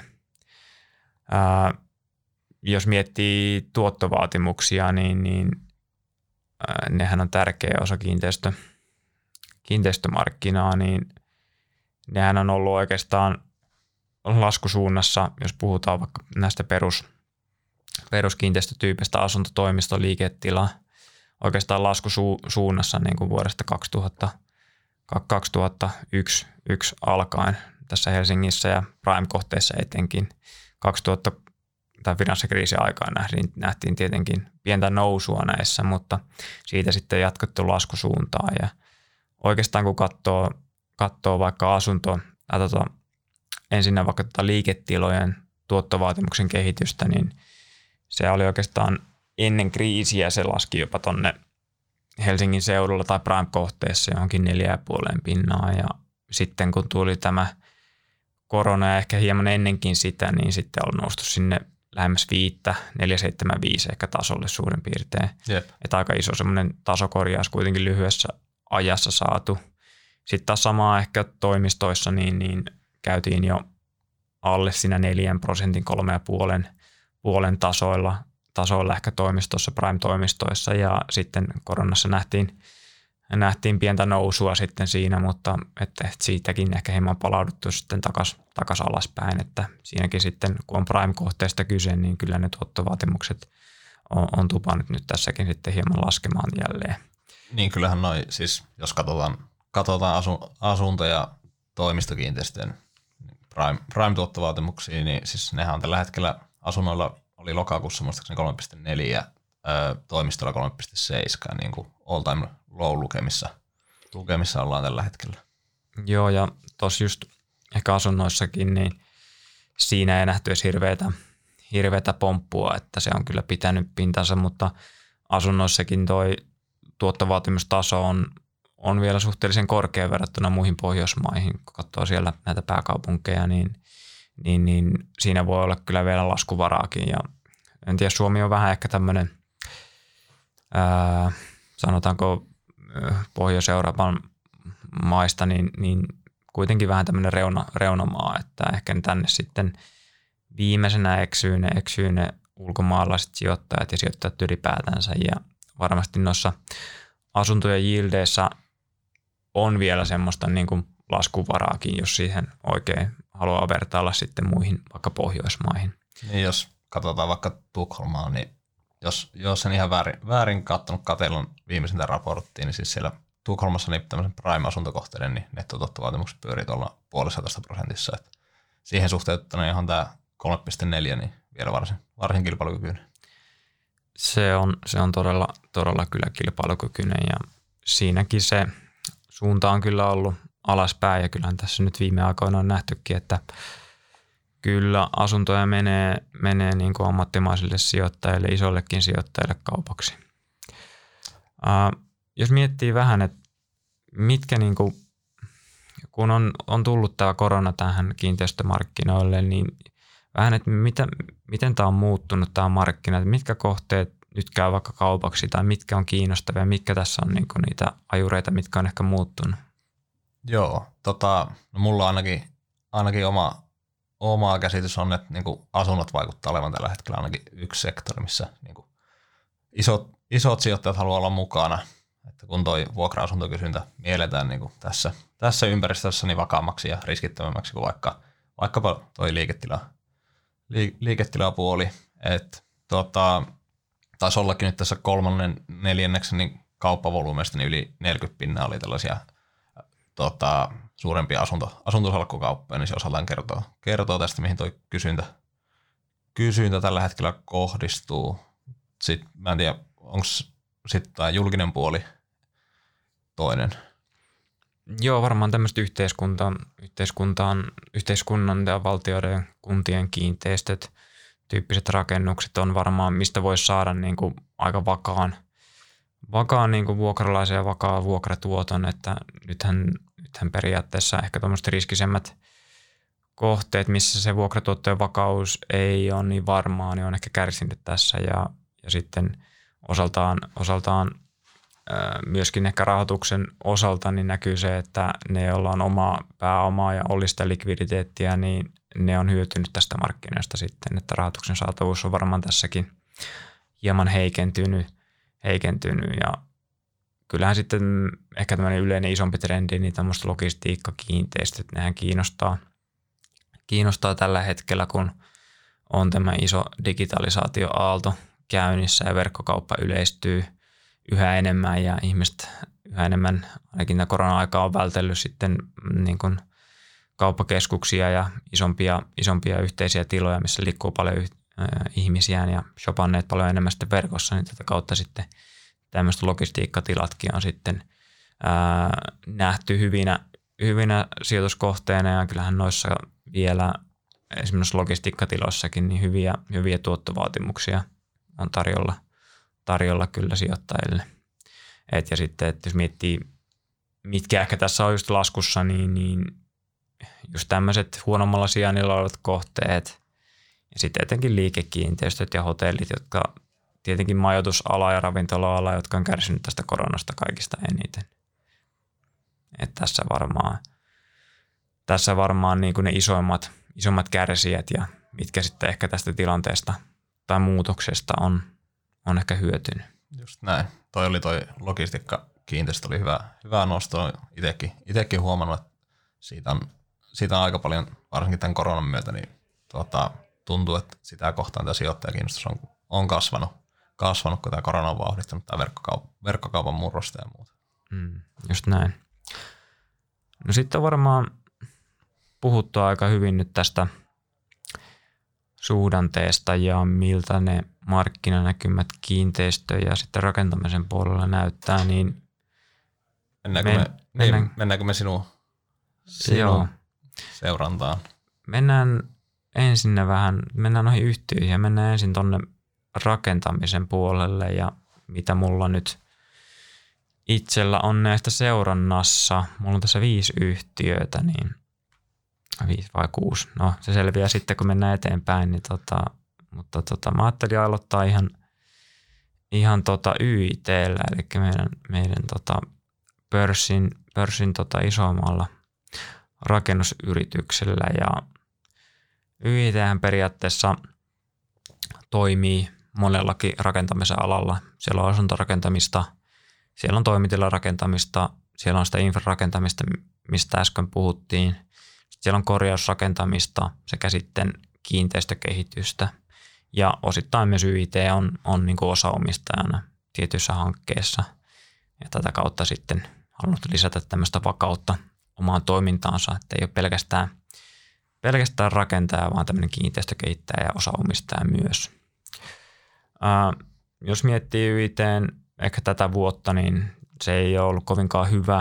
S1: Jos miettii tuottovaatimuksia, niin nehän on tärkeä osa kiinteistömarkkinaa, niin nehän on ollut oikeastaan laskusuunnassa, jos puhutaan vaikka näistä peruskiinteistötyypistä asuntotoimisto, liiketila, oikeastaan laskusuunnassa niin kuin vuodesta 2001 alkaen tässä Helsingissä ja Prime-kohteissa etenkin 2000 tai finanssikriisin aikaan nähtiin tietenkin pientä nousua näissä, mutta siitä sitten jatkettu laskusuuntaa ja oikeastaan kun katsoo vaikka ensinnä vaikka liiketilojen tuottovaatimuksen kehitystä, niin se oli oikeastaan ennen kriisiä se laski jopa tonne Helsingin seudulla tai Prime-kohteessa johonkin 4,5% ja sitten kun tuli tämä korona ja ehkä hieman ennenkin sitä, niin sitten on noustu sinne lähemmäs 4,75 ehkä tasolle suurin piirtein.
S2: Yep.
S1: Että aika iso semmoinen tasokorjaus kuitenkin lyhyessä ajassa saatu. Sitten taas samaa ehkä toimistoissa, niin käytiin jo alle siinä 4%, 3,5% tasoilla ehkä toimistossa, Prime-toimistoissa ja sitten koronassa nähtiin pientä nousua sitten siinä, mutta että siitäkin ehkä hieman palauduttu sitten takas alaspäin, että siinäkin sitten kun on Prime-kohteesta kyse, niin kyllä ne tuottovaatimukset on tupannut nyt tässäkin sitten hieman laskemaan jälleen.
S2: Niin kyllähän siis jos katsotaan asunto- ja toimistokiinteistöjen Prime-tuottovaatimuksia, niin siis nehän on tällä hetkellä asunnoilla oli lokakuussa muistaakseni 3,4, toimistolla 3,7, niin kuin all time low lukemissa ollaan tällä hetkellä.
S1: Joo, ja tuossa just ehkä asunnoissakin, niin siinä ei nähty edes hirveätä pomppua, että se on kyllä pitänyt pintansa, mutta asunnoissakin toi tuottovaatimustaso on vielä suhteellisen korkea verrattuna muihin Pohjoismaihin. Kun katsoo siellä näitä pääkaupunkeja, niin siinä voi olla kyllä vielä laskuvaraakin. Ja en tiedä, Suomi on vähän ehkä tämmöinen, sanotaanko Pohjois-Euroopan maista, niin kuitenkin vähän tämmöinen reunamaa, että ehkä tänne sitten viimeisenä eksyy ne ulkomaalaiset sijoittajat ja sijoittajat ylipäätänsä, ja varmasti noissa asuntojen yieldeissä on vielä semmoista niin kuin laskuvaraakin, jos siihen oikein haluaa vertailla sitten muihin vaikka Pohjoismaihin.
S2: Niin jos katsotaan vaikka Tukholmaa, niin jos en ihan väärin katsonut katsellun viimeisintä raporttia, niin siis siellä Tukholmassa niin tämmöisen prime-asuntokohteiden niin nettotuottovaatimukset pyörii tuolla 0,5%. Että siihen suhteutettuna ihan tämä 3,4 niin vielä varsin kilpailukykyinen.
S1: Se on todella kyllä kilpailukykyinen, ja siinäkin se suunta on kyllä ollut alaspäin, ja kyllähän tässä nyt viime aikoina on nähtykin, että kyllä asuntoja menee niin kuin ammattimaisille sijoittajille, isollekin sijoittajille kaupaksi. Jos miettii vähän, että mitkä niin kuin, kun on tullut tämä korona tähän kiinteistömarkkinoille, niin vähän, että miten tämä on muuttunut tämä markkina, että mitkä kohteet nyt käy vaikka kaupaksi tai mitkä on kiinnostavia, mitkä tässä on niin kuin niitä ajureita, mitkä on ehkä muuttunut?
S2: Joo, no mulla ainakin oma käsitys on, että niin kuin asunnot vaikuttaa olevan tällä hetkellä ainakin yksi sektori, missä niin kuin isot sijoittajat haluaa olla mukana. Että kun toi vuokra-asuntokysyntä mielletään niin kuin tässä ympäristössä niin vakaammaksi ja riskittömämmäksi kuin vaikkapa toi liiketilapuoli. Että taisi ollakin nyt tässä 3/4 niin kauppavolyymista niin yli 40% oli tällaisia suurempia asuntosalkkukauppoja, niin se osaltaan kertoo tästä, mihin toi kysyntä tällä hetkellä kohdistuu. Sitten mä en tiedä, onko sitten tämä julkinen puoli toinen.
S1: Joo, varmaan tämmöiset yhteiskunnan ja valtioiden, kuntien kiinteistöt, tyyppiset rakennukset on varmaan, mistä voisi saada niin kuin aika vakaan niin kuin vuokralaisen ja vakaan vuokratuoton, että nythän periaatteessa ehkä tuommoiset riskisemmät kohteet, missä se vuokratuottojen vakaus ei ole niin varmaa, niin on ehkä kärsinyt tässä, ja sitten osaltaan myöskin ehkä rahoituksen osalta niin näkyy se, että ne, joilla on omaa pääomaa ja oli sitä likviditeettiä, niin ne on hyötynyt tästä markkinasta sitten, että rahoituksen saatavuus on varmaan tässäkin hieman heikentynyt ja kyllähän sitten ehkä tämmöinen yleinen isompi trendi, niin tämmöistä logistiikkakiinteistöt, nehän kiinnostaa tällä hetkellä, kun on tämä iso digitalisaatioaalto käynnissä ja verkkokauppa yleistyy yhä enemmän ja ihmiset yhä enemmän, ainakin tämä korona-aika on vältellyt sitten niin kuin kauppakeskuksia ja isompia yhteisiä tiloja, missä liikkuu paljon ihmisiä ja shopanneet paljon enemmän sitten verkossa, niin tätä kautta sitten tämmöistä logistiikkatilatkin on sitten nähty hyvinä sijoituskohteena, ja kyllähän noissa vielä esimerkiksi logistiikkatiloissakin niin hyviä tuottovaatimuksia on tarjolla kyllä sijoittajille. Ja sitten, että jos miettii, mitkä ehkä tässä on just laskussa, niin just tämmöiset huonommalla sijainnilla olevat kohteet ja sitten etenkin liikekiinteistöt ja hotellit, jotka tietenkin majoitusala ja ravintola-ala, jotka on kärsinyt tästä koronasta kaikista eniten. Että tässä varmaan niin kuin ne isommat kärsijät ja mitkä sitten ehkä tästä tilanteesta tai muutoksesta on ehkä hyötynyt.
S2: Just näin. Toi logistiikkakiinteistö oli hyvä nosto. Itsekin huomannut, että siitä on aika paljon, varsinkin tämän koronan myötä, niin tuntuu, että sitä kohtaan tämä sijoittajakiinnostus on kasvanut, kun tämä korona on vauhdittanut tämä verkkokaupan murrosta ja muuta.
S1: Just näin. No sitten on varmaan puhuttu aika hyvin nyt tästä suhdanteesta ja miltä ne markkinanäkymät kiinteistö- ja sitten rakentamisen puolella näyttää, niin
S2: mennäänkö me sinun seurantaan?
S1: Mennään noihin yhtiöihin ja mennään ensin tuonne rakentamisen puolelle ja mitä mulla nyt itsellä on näistä seurannassa. Mulla on tässä 5 yhtiötä, niin 5 vai 6. No se selviää sitten, kun mennään eteenpäin. Niin mutta mä ajattelin aloittaa ihan YIT:llä, eli meidän pörssin isommalla rakennusyrityksellä. Ja YIT:hän periaatteessa toimii monellakin rakentamisen alalla. Siellä on asuntorakentamista, siellä on toimitilarakentamista, siellä on sitä infrarakentamista, mistä äsken puhuttiin. Sitten siellä on korjausrakentamista sekä sitten kiinteistökehitystä. Ja osittain myös YIT on niin kuin osaomistajana tietyissä hankkeessa. Ja tätä kautta sitten halunnut lisätä tämmöistä vakautta omaan toimintaansa, että ei ole pelkästään rakentaja, vaan tämmöinen kiinteistökehittäjä ja osaomistaja myös. Jos miettii YIT:n ehkä tätä vuotta, niin se ei ole ollut kovinkaan hyvä.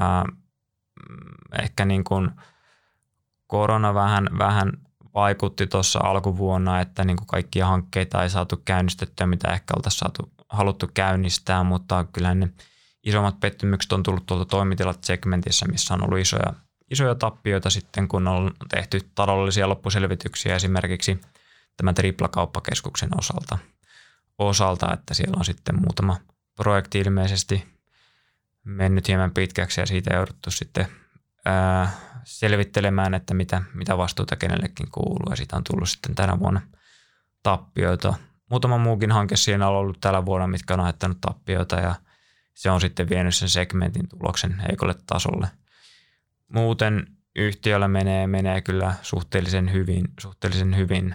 S1: Ehkä niin kuin korona vähän vaikutti tuossa alkuvuonna, että niin kuin kaikkia hankkeita ei saatu käynnistettyä, mitä ehkä oltaisiin haluttu käynnistää, mutta kyllä ne isommat pettymykset on tullut tuolta toimitilat-segmentissä, missä on ollut isoja tappioita sitten, kun on tehty taloudellisia loppuselvityksiä esimerkiksi tämän Tripla-kauppakeskuksen osalta, että siellä on sitten muutama projekti ilmeisesti mennyt hieman pitkäksi ja siitä jouduttu sitten selvittelemään, että mitä vastuuta kenellekin kuuluu ja siitä on tullut sitten tänä vuonna tappioita. Muutama muukin hanke siinä on ollut tällä vuonna, mitkä on aiheuttanut tappioita ja se on sitten vienyt sen segmentin tuloksen heikolle tasolle. Muuten yhtiöllä menee kyllä suhteellisen hyvin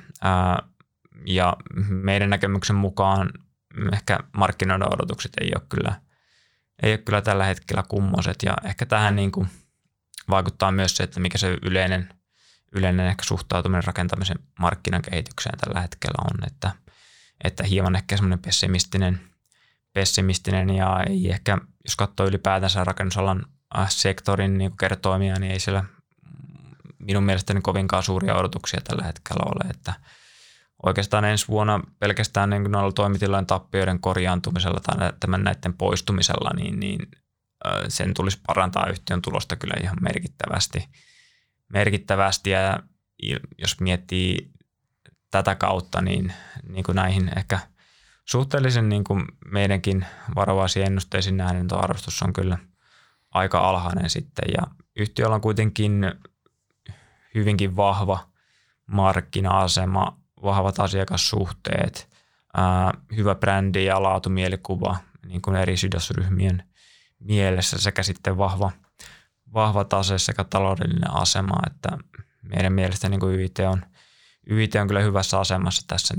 S1: ja meidän näkemyksen mukaan ehkä markkinoiden odotukset ei ole kyllä tällä hetkellä kummoiset ja ehkä tähän niin kuin vaikuttaa myös se, että mikä se yleinen ehkä suhtautuminen rakentamisen markkinan kehitykseen tällä hetkellä on, että hieman ehkä semmoinen pessimistinen ja ei ehkä, jos katsoo ylipäätänsä rakennusalan sektorin niin kertoimia, niin ei siellä minun mielestäni kovinkaan suuria odotuksia tällä hetkellä ole, että oikeastaan ensi vuonna pelkästään niin noilla toimitilojen tappioiden korjaantumisella tai näiden poistumisella, niin sen tulisi parantaa yhtiön tulosta kyllä ihan merkittävästi ja jos miettii tätä kautta, niin kuin näihin ehkä suhteellisen niin kuin meidänkin varovaisiin ennusteisiin nähden tuo arvostus on kyllä aika alhainen sitten ja yhtiöllä on kuitenkin hyvinkin vahva markkina-asema, vahvat asiakassuhteet, hyvä brändi ja laatumielikuva niin kuin eri sidosryhmien mielessä sekä sitten vahva tase sekä taloudellinen asema, että meidän mielestä niin kuin YIT on kyllä hyvässä asemassa tässä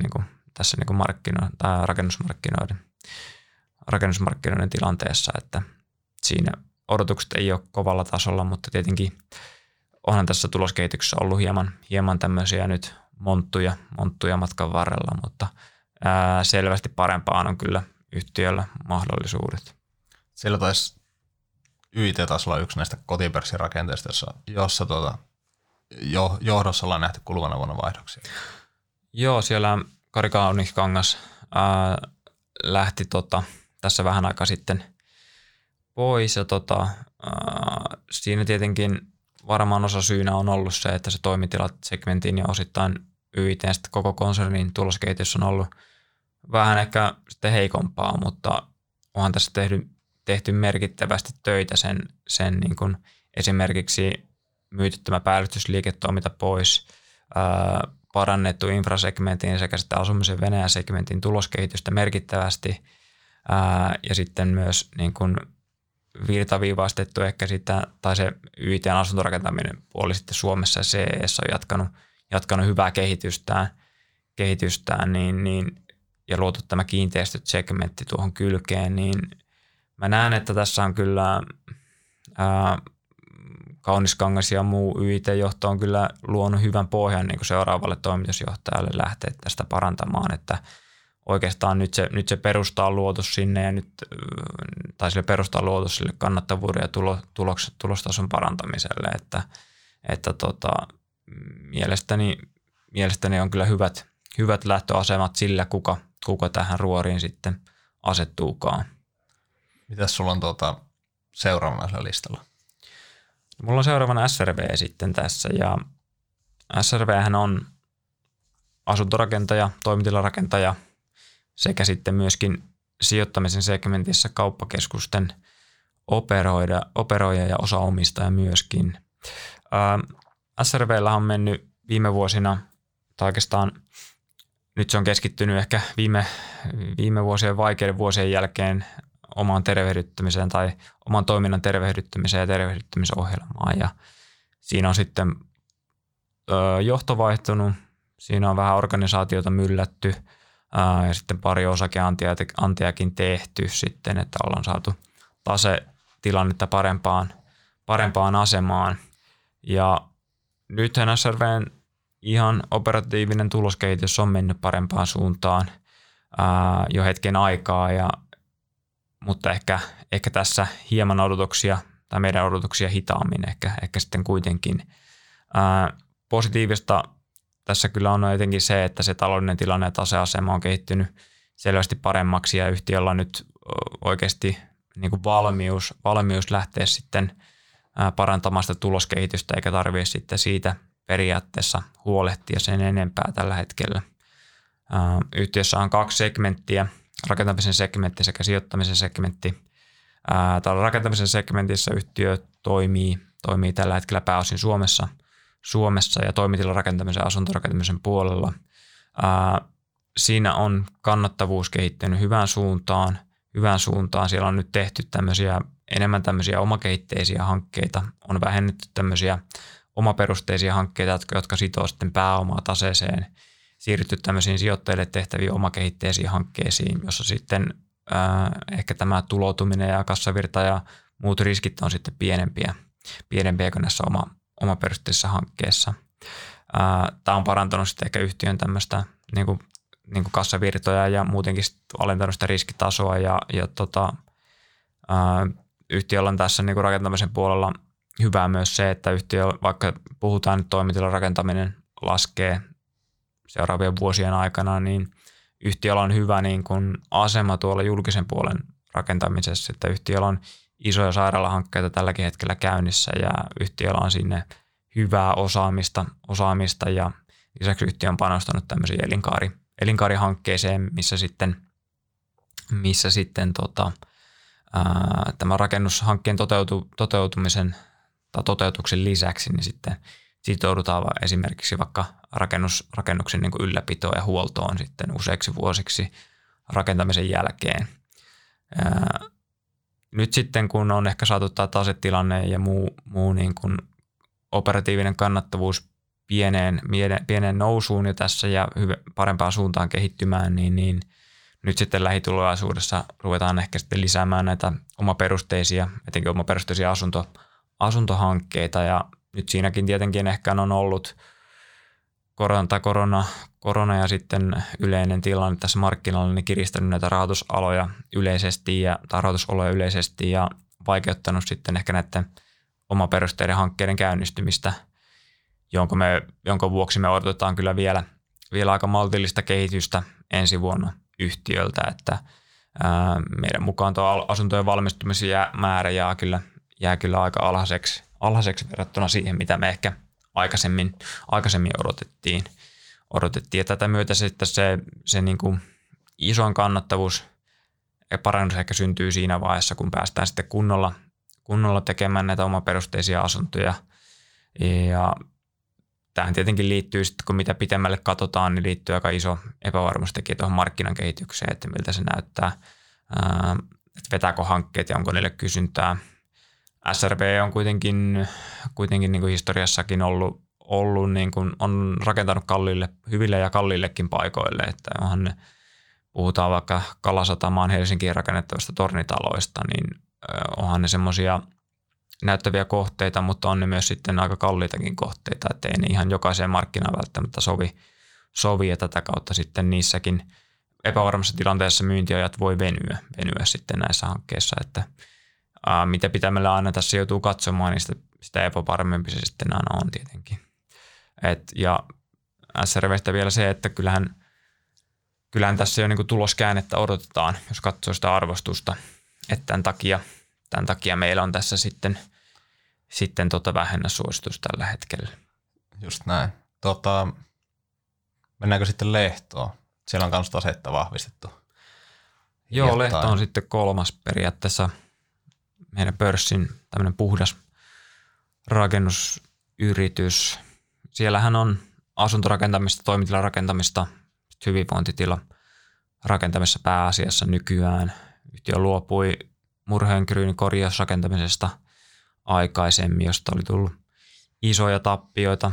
S1: rakennusmarkkinoiden tilanteessa, että siinä odotukset ei ole kovalla tasolla, mutta tietenkin onhan tässä tuloskehityksessä ollut hieman tämmöisiä nyt monttuja matkan varrella, mutta selvästi parempaan on kyllä yhtiöllä mahdollisuudet.
S2: Siellä taisi YIT taisi olla yksi näistä kotipörssirakenteista, jossa johdossa ollaan nähty kuluvana vuonna vaihdoksia.
S1: Joo, siellä Kari Kauniskangas lähti tässä vähän aikaa sitten pois ja siinä tietenkin varmaan osa syynä on ollut se, että se toimitilat segmentin ja osittain YIT ja sitten koko konsernin tuloskehitys on ollut vähän ehkä sitten heikompaa, mutta onhan tässä tehty merkittävästi töitä sen niin kuin esimerkiksi myyty tämä päällystysliiketoiminta pois, parannettu infrasegmentin sekä sitten asumisen Venäjä-segmentin tuloskehitystä merkittävästi ja sitten myös niin kuin virtaviivaistettu ehkä sitä, tai se YIT:n asuntorakentaminen puoli sitten Suomessa ja CE:ssä on jatkanut hyvää kehitystään ja luotu tämä kiinteistöt-segmentti tuohon kylkeen, niin mä näen, että tässä on kyllä Kauniskangas ja muu YIT-johto on kyllä luonut hyvän pohjan niin kuin seuraavalle toimitusjohtajalle lähteä tästä parantamaan, että oikeastaan nyt se perusta on luotu sinne ja sille perusta on luotu sille kannattavuuden ja tulostason parantamiselle, että mielestäni on kyllä hyvät lähtöasemat sillä, kuka tähän ruoriin sitten asettuukaan.
S2: Mitäs sulla on seuraavana sillä listalla?
S1: Mulla on seuraavana SRV sitten tässä ja SRVhän on asuntorakentaja, toimitilarakentaja sekä sitten myöskin sijoittamisen segmentissä kauppakeskusten operoija ja osaomistaja myöskin. SRVllä on mennyt viime vuosina, tai oikeastaan nyt se on keskittynyt ehkä viime vuosien vaikeiden vuosien jälkeen omaan tervehdyttämiseen tai oman toiminnan tervehdyttämiseen ja tervehdyttämisohjelmaan. Ja siinä on sitten johto siinä on vähän organisaatiota myllätty ja sitten pari osakeantiakin tehty sitten, että ollaan saatu tasetilannetta parempaan asemaan. Ja nythän SRVn ihan operatiivinen tuloskehitys on mennyt parempaan suuntaan jo hetken aikaa, mutta ehkä tässä hieman odotuksia tai meidän odotuksia hitaammin ehkä sitten kuitenkin. Positiivista tässä kyllä on etenkin se, että se taloudellinen tilanne ja taseasema on kehittynyt selvästi paremmaksi ja yhtiöllä on nyt oikeasti niin kuin valmius lähteä sitten parantamaan sitä tuloskehitystä eikä tarvitse sitten siitä periaatteessa huolehtia sen enempää tällä hetkellä. Yhtiössä on 2 segmenttiä, rakentamisen segmentti sekä sijoittamisen segmentti. Tällä rakentamisen segmentissä yhtiö toimii tällä hetkellä pääosin Suomessa ja toimitilarakentamisen ja asuntorakentamisen puolella. Siinä on kannattavuus kehittynyt hyvään suuntaan. Siellä on nyt tehty enemmän tämmöisiä omakehitteisiä hankkeita. On vähennetty tämmöisiä omaperusteisia hankkeita, jotka sitoo sitten pääomaa taseeseen. Siirrytty tämmöisiin sijoittajille tehtäviin omakehitteisiin hankkeisiin, jossa sitten ehkä tämä tuloutuminen ja kassavirta ja muut riskit on sitten pienempiä kuin näissä omaperusteisissa hankkeissa. Tämä on parantanut sitten ehkä yhtiön tämmöistä niin kuin kassavirtoja ja muutenkin alentanut sitä riskitasoa yhtiöllä on tässä niin kuin rakentamisen puolella hyvää myös se, että yhtiö, vaikka puhutaan nyt toimitilan rakentaminen laskee seuraavien vuosien aikana, niin yhtiöllä on hyvä niin kuin asema tuolla julkisen puolen rakentamisessa, että yhtiöllä on isoja sairaalahankkeita tälläkin hetkellä käynnissä ja yhtiöllä on sinne hyvää osaamista ja lisäksi yhtiö on panostanut tämmöisiin elinkaarihankkeeseen, missä sitten tämä rakennushankkeen toteutuksen lisäksi niin sitten sitoudutaan esimerkiksi vaikka rakennuksen niin kuin ylläpitoon ja huoltoon sitten useiksi vuosiksi rakentamisen jälkeen. Nyt sitten kun on ehkä saatu tämä tasetilanne ja muu niin kuin operatiivinen kannattavuus pieneen nousuun jo tässä ja parempaan suuntaan kehittymään, niin nyt sitten lähitulevaisuudessa ruvetaan ehkä sitten lisäämään näitä etenkin omaperusteisia asuntohankkeita ja nyt siinäkin tietenkin ehkä on ollut korona ja sitten yleinen tilanne tässä markkinoilla niin kiristänyt näitä rahoitusoloja yleisesti ja vaikeuttanut sitten ehkä näiden omaperusteiden hankkeiden käynnistymistä, jonka vuoksi me odotetaan kyllä vielä aika maltillista kehitystä ensi vuonna yhtiöltä, että meidän mukaan tuo asuntojen valmistumisen määrä jää kyllä aika alhaiseksi verrattuna siihen, mitä me ehkä aikaisemmin odotettiin. Ja tätä myötä sitten se niin kuin isoin kannattavuus ja parannus ehkä syntyy siinä vaiheessa, kun päästään sitten kunnolla tekemään näitä omaperusteisia asuntoja. Ja tähän tietenkin liittyy sitten, kun mitä pitemmälle katsotaan, niin liittyy aika iso epävarmuustekijä tuohon markkinan kehitykseen, että miltä se näyttää, että vetääkö hankkeet ja onko niille kysyntää. SRV on kuitenkin niin kuin historiassakin ollut niin kuin on rakentanut hyville ja kalliillekin paikoille, että puhutaan vaikka Kalasatamaan Helsinkiin rakennettavista tornitaloista, niin onhan ne semmoisia näyttäviä kohteita, mutta on ne myös sitten aika kalliitakin kohteita, että ei ne ihan jokaiseen markkinaan välttämättä sovi ja tätä kautta sitten niissäkin epävarmassa tilanteessa myyntiajat voi venyä sitten näissä hankkeissa, että mitä pitämällä aina tässä joutuu katsomaan, niin sitä epävarmempi se sitten aina on tietenkin. Ja SRVstä vielä se, että kyllähän tässä jo niin tuloskäännettä odotetaan, jos katsoo sitä arvostusta, että tämän takia meillä on tässä sitten vähennyssuositus tällä hetkellä.
S2: Just näin. Mennäänkö sitten Lehtoon? Siellä on myös tasetta vahvistettu.
S1: Joo, Lehto on sitten 3. periaatteessa meidän pörssin tämmöinen puhdas rakennusyritys. Siellähän on asuntorakentamista, toimitilarakentamista, hyvinvointitila rakentamissa pääasiassa nykyään. Yhtiö luopui murheenkryynin korjausrakentamisesta aikaisemmin, josta oli tullut isoja tappioita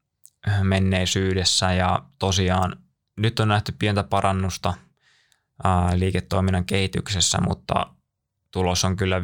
S1: menneisyydessä ja tosiaan nyt on nähty pientä parannusta liiketoiminnan kehityksessä, mutta tulos on kyllä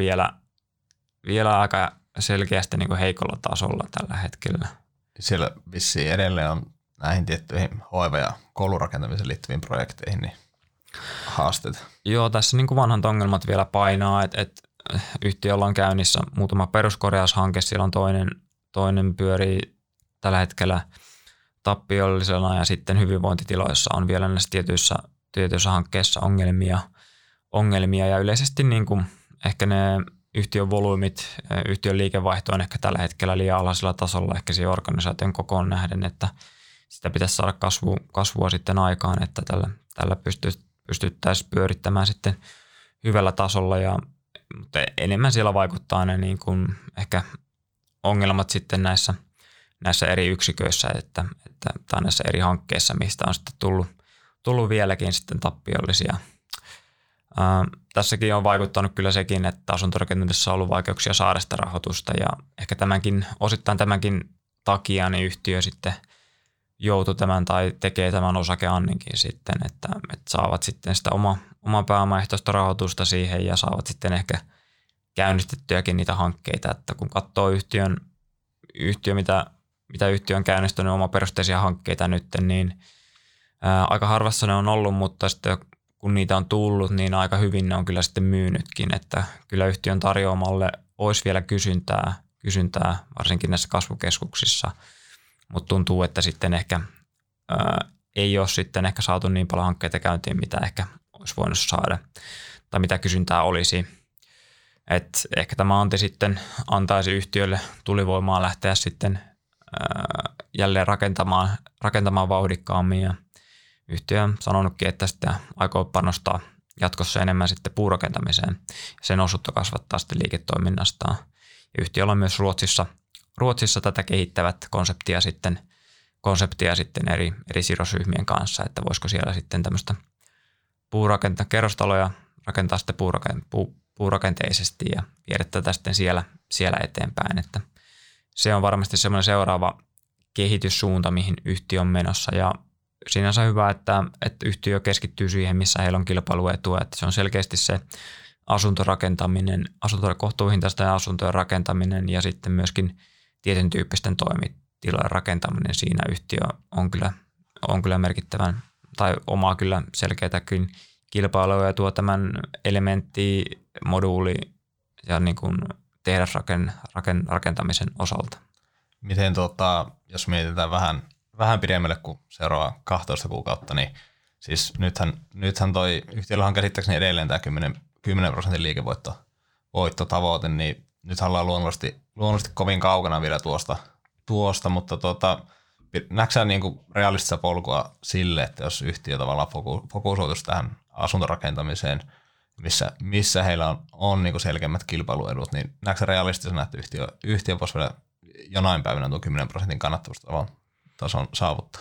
S1: vielä aika selkeästi niin kuin heikolla tasolla tällä hetkellä.
S2: Siellä vissiin edelleen on näihin tiettyihin hoiva- ja koulurakentamiseen liittyviin projekteihin niin haasteita.
S1: Joo, tässä niin kuin vanhat ongelmat vielä painaa, että yhtiöllä on käynnissä muutama peruskorjaushanke, siellä on toinen pyörii tällä hetkellä tappiollisena ja sitten hyvinvointitiloissa on vielä näissä tietyissä hankkeissa ongelmia ja yleisesti niin kuin ehkä ne yhtiön volyymit, yhtiön liikevaihto on ehkä tällä hetkellä liian alhaisella tasolla ehkä siihen organisaation kokoon nähden, että sitä pitäisi saada kasvua sitten aikaan, että tällä pystyttäisiin pyörittämään sitten hyvällä tasolla mutta enemmän siellä vaikuttaa ne niin kuin ehkä ongelmat sitten näissä eri yksiköissä tai näissä eri hankkeissa, mistä on sitten tullut vieläkin sitten tappiollisia. Tässäkin on vaikuttanut kyllä sekin, että asuntorakentamisessa on ollut vaikeuksia saada sitä rahoitusta ja ehkä osittain tämänkin takia niin yhtiö sitten joutui tämän tai tekee tämän osakeanninkin sitten, että saavat sitten sitä omaa pääomaehtoista rahoitusta siihen ja saavat sitten ehkä käynnistettyäkin niitä hankkeita, että kun katsoo yhtiö mitä yhtiö on käynnistänyt omaperusteisia hankkeita nyt, niin aika harvassa ne on ollut, mutta sitten kun niitä on tullut, niin aika hyvin ne on kyllä sitten myynytkin, että kyllä yhtiön tarjoamalle olisi vielä kysyntää varsinkin näissä kasvukeskuksissa, mutta tuntuu, että sitten ehkä ei ole sitten ehkä saatu niin paljon hankkeita käyntiin, mitä ehkä olisi voinut saada tai mitä kysyntää olisi. Et ehkä tämä anti sitten antaisi yhtiölle tulivoimaa lähteä sitten jälleen rakentamaan vauhdikkaammin ja yhtiö on sanonutkin, että sitä aikoo panostaa jatkossa enemmän sitten puurakentamiseen ja sen osuutta kasvattaa sitten liiketoiminnastaan. Ja yhtiöllä on myös Ruotsissa tätä kehittävät konseptia sitten eri sidosryhmien kanssa, että voisiko siellä sitten tämmöistä kerrostaloja rakentaa sitten puurakenteisesti ja viedä tätä sitten siellä eteenpäin, että se on varmasti semmoinen seuraava kehityssuunta, mihin yhtiö on menossa ja sinänsä hyvä, että yhtiö keskittyy siihen, missä heillä on kilpailuetua, että se on selkeästi se asuntorakentaminen, kohtuuhintaisten asuntojen rakentaminen ja sitten myöskin tietyn tyyppisten toimitilojen rakentaminen. Siinä yhtiö on kyllä merkittävän tai omaa kyllä selkeätäkin kilpailua ja tuo tämän elementti, moduuli ja niin kuin tehdasrakentamisen osalta.
S2: Miten jos mietitään vähän pidemmälle kuin seuraava 12 kuukautta, niin siis nythän toi yhtiöllä on käsittääkseni edelleen tämä 10% liikevoittotavoite, niin nythän ollaan luonnollisesti kovin kaukana vielä tuosta mutta näetkö niin kuin realistista polkua sille, että jos yhtiö tavallaan fokusoituisi tähän asuntorakentamiseen, missä heillä on niin kuin selkeämmät kilpailuedut, niin näetkö realistisena, että yhtiö voisi vielä jonain päivänä tuon 10% kannattavuustason saavuttaa?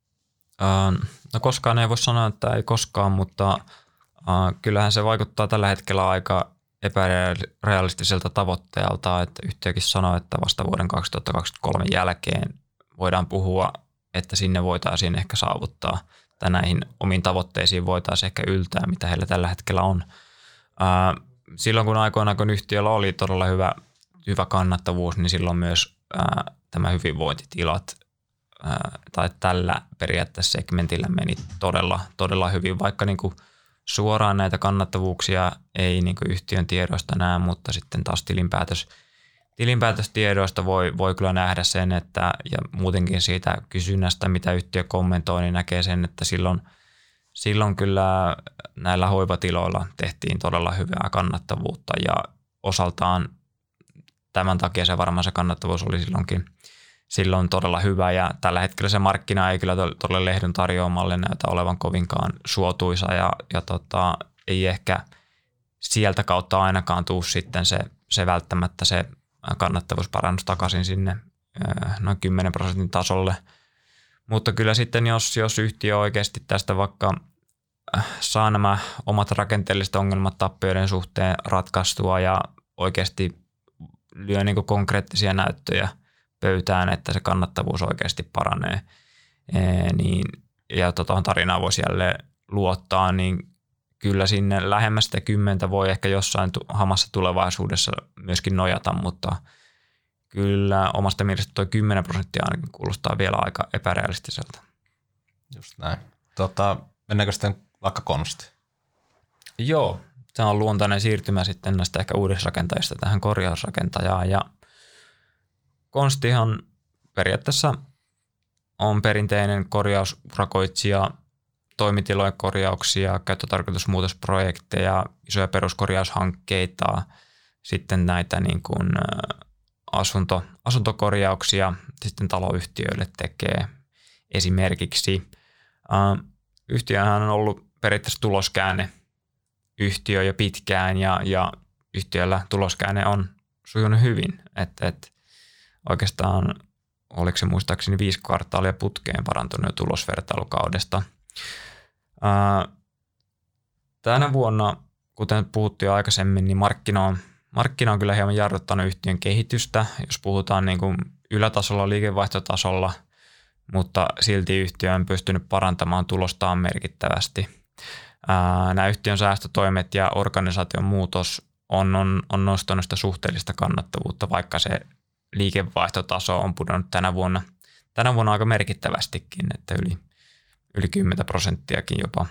S1: No koskaan ei voi sanoa, että ei koskaan, mutta kyllähän se vaikuttaa tällä hetkellä aika epärealistiselta tavoitteelta, että yhtiökin sanoo, että vasta vuoden 2023 jälkeen voidaan puhua, että sinne voitaisiin ehkä saavuttaa tai näihin omiin tavoitteisiin voitaisiin ehkä yltää, mitä heillä tällä hetkellä on. Silloin kun aikoinaan, kun yhtiöllä oli todella hyvä hyvä kannattavuus, niin silloin myös tämä hyvinvointitilat tai tällä periaatteessa segmentillä meni todella, todella hyvin, vaikka niin kuin suoraan näitä kannattavuuksia ei niin kuin yhtiön tiedoista näe, mutta sitten taas tilinpäätöstiedoista voi kyllä nähdä sen, että ja muutenkin siitä kysynnästä, mitä yhtiö kommentoi, niin näkee sen, että silloin kyllä näillä hoivatiloilla tehtiin todella hyvää kannattavuutta ja osaltaan tämän takia se kannattavuus oli silloin todella hyvä ja tällä hetkellä se markkina ei kyllä todella lehdon tarjoamalle näytä olevan kovinkaan suotuisa ja ei ehkä sieltä kautta ainakaan tuu sitten se välttämättä se kannattavuusparannus takaisin sinne noin 10% tasolle. Mutta kyllä sitten jos yhtiö oikeasti tästä vaikka saa nämä omat rakenteelliset ongelmat tappioiden suhteen ratkaistua ja oikeasti lyö niin kuin konkreettisia näyttöjä pöytään, että se kannattavuus oikeasti paranee, niin, ja tarinaa voisi jälleen luottaa, niin kyllä sinne lähemmäs sitä 10 voi ehkä jossain hamassa tulevaisuudessa myöskin nojata, mutta kyllä omasta mielestä tuo 10% ainakin kuulostaa vielä aika epärealistiselta.
S2: Just näin. Mennäänkö sitten vaikka Konstiin?
S1: Joo, se on luontainen siirtymä sitten näistä ehkä uudisrakentajista tähän korjausrakentajaan ja Konstihan periaatteessa on perinteinen korjausurakoitsija, toimitilojen korjauksia, käyttötarkoitusmuutosprojekteja, isoja peruskorjaushankkeita, sitten näitä niin kuin asuntokorjauksia sitten taloyhtiöille tekee esimerkiksi. Yhtiöhän on ollut periaatteessa tuloskäänne yhtiö jo pitkään ja yhtiöllä tuloskäänne on sujunut hyvin, että oikeastaan oliko se muistaakseni 5 kvartaalia putkeen parantunut tulosvertailukaudesta. Tänä vuonna, kuten puhuttiin jo aikaisemmin, niin markkina on kyllä hieman jarruttanut yhtiön kehitystä, jos puhutaan niin kuin ylätasolla, liikevaihtotasolla, mutta silti yhtiö on pystynyt parantamaan tulostaan merkittävästi. Nämä yhtiön säästötoimet ja organisaation muutos on nostanut sitä suhteellista kannattavuutta, vaikka se liikevaihtotaso on pudonnut tänä vuonna aika merkittävästikin, että yli 10%kin jopa.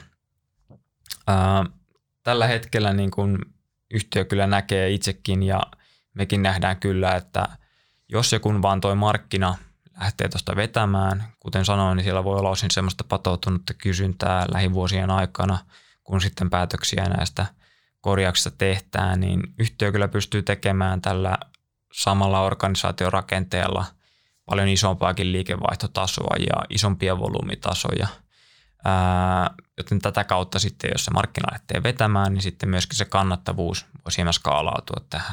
S1: Tällä hetkellä niin kun yhtiö kyllä näkee itsekin ja mekin nähdään kyllä, että jos ja kun vaan toi markkina lähtee tuosta vetämään, kuten sanoin, niin siellä voi olla osin semmoista patoutunutta kysyntää lähivuosien aikana, kun sitten päätöksiä näistä korjauksista tehdään, niin yhtiö kyllä pystyy tekemään tällä samalla organisaatiorakenteella paljon isompaakin liikevaihtotasoa ja isompia volyymitasoja. Joten tätä kautta sitten, jos se markkina lähtee vetämään, niin sitten myöskin se kannattavuus voisi hieman skaalautua tähän.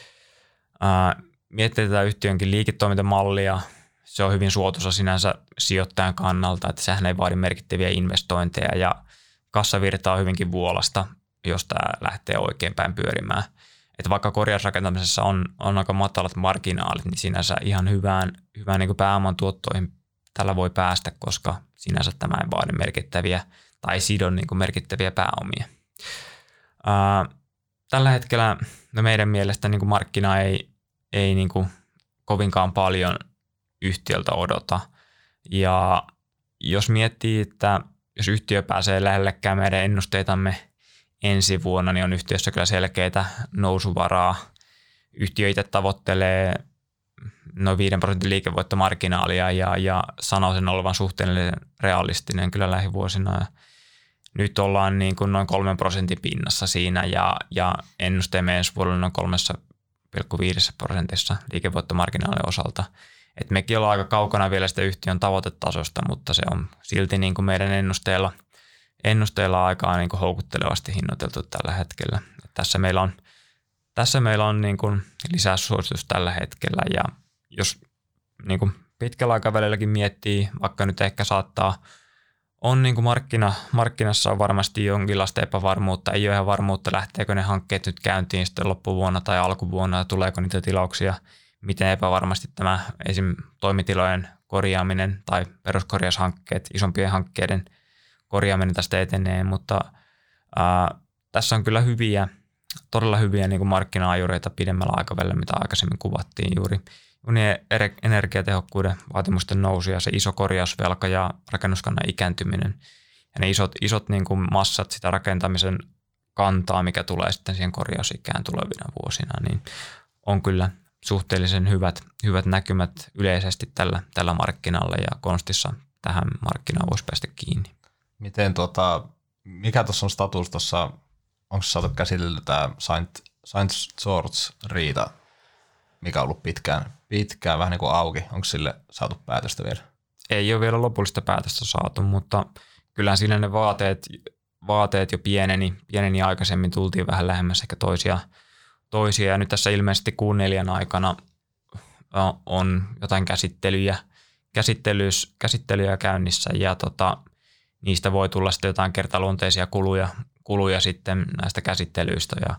S1: Miettii tätä yhtiönkin liiketoimintamallia. Se on hyvin suotuisa sinänsä sijoittajan kannalta, että sehän ei vaadi merkittäviä investointeja ja kassavirta on hyvinkin vuolasta, jos tämä lähtee oikeinpäin pyörimään. Että vaikka korjausrakentamisessa on aika matalat marginaalit, niin sinänsä ihan hyvään niin kuin pääoman tuottoihin tällä voi päästä, koska sinänsä tämä ei vaadi merkittäviä tai sidon niin kuin merkittäviä pääomia. Tällä hetkellä meidän mielestä niin kuin markkina ei niin kuin kovinkaan paljon yhtiöltä odota. Ja jos miettii, että jos yhtiö pääsee lähellekään meidän ennusteitamme ensi vuonna, niin on yhtiössä kyllä selkeää nousuvaraa. Yhtiö itse tavoittelee noin 5% liikevoittomarginaalia ja sanoo sen olevan suhteellisen realistinen kyllä lähivuosina. Ja nyt ollaan niin kuin noin 3% pinnassa siinä ja ennusteemme ensi vuodelle noin 3,5% liikevoittomarginaalin osalta. Et mekin ollaan aika kaukana vielä sitä yhtiön tavoitetasosta, mutta se on silti niin kuin meidän ennusteella aikaa niin kuin houkuttelevasti hinnoiteltu tällä hetkellä. Tässä meillä on niin kuin lisäsuositus tällä hetkellä ja jos niin kuin pitkällä aikavälilläkin miettii, vaikka nyt ehkä on niin kuin markkinassa on varmasti jonkinlaista epävarmuutta, ei ole ihan varmuutta, lähteekö ne hankkeet nyt käyntiin sitten loppuvuonna tai alkuvuonna ja tuleeko niitä tilauksia, miten epävarmasti tämä esim. Toimitilojen korjaaminen tai peruskorjaushankkeet, isompien hankkeiden korjaaminen tästä etenee, mutta tässä on kyllä todella hyviä niin kuin markkina-ajureita pidemmällä aikavälillä, mitä aikaisemmin kuvattiin juuri energiatehokkuuden vaatimusten nousu ja se iso korjausvelka ja rakennuskannan ikääntyminen ja ne isot niin kuin massat sitä rakentamisen kantaa, mikä tulee sitten siihen korjausikään tulevina vuosina, niin on kyllä suhteellisen hyvät näkymät yleisesti tällä markkinalla ja Konstissa tähän markkinaan voisi päästä kiinni.
S2: Miten mikä tuossa on status tuossa, onko se saatu käsitellä tämä Saint George-riita, mikä on ollut pitkään vähän niin kuin auki, onko sille saatu päätöstä vielä?
S1: Ei ole vielä lopullista päätöstä saatu, mutta kyllähän siinä ne vaateet jo pieneni aikaisemmin, tultiin vähän lähemmäs ehkä toisia ja nyt tässä ilmeisesti kuun 4 aikana on jotain käsittelyjä käynnissä ja niistä voi tulla sitten jotain kertaluonteisia kuluja sitten näistä käsittelyistä ja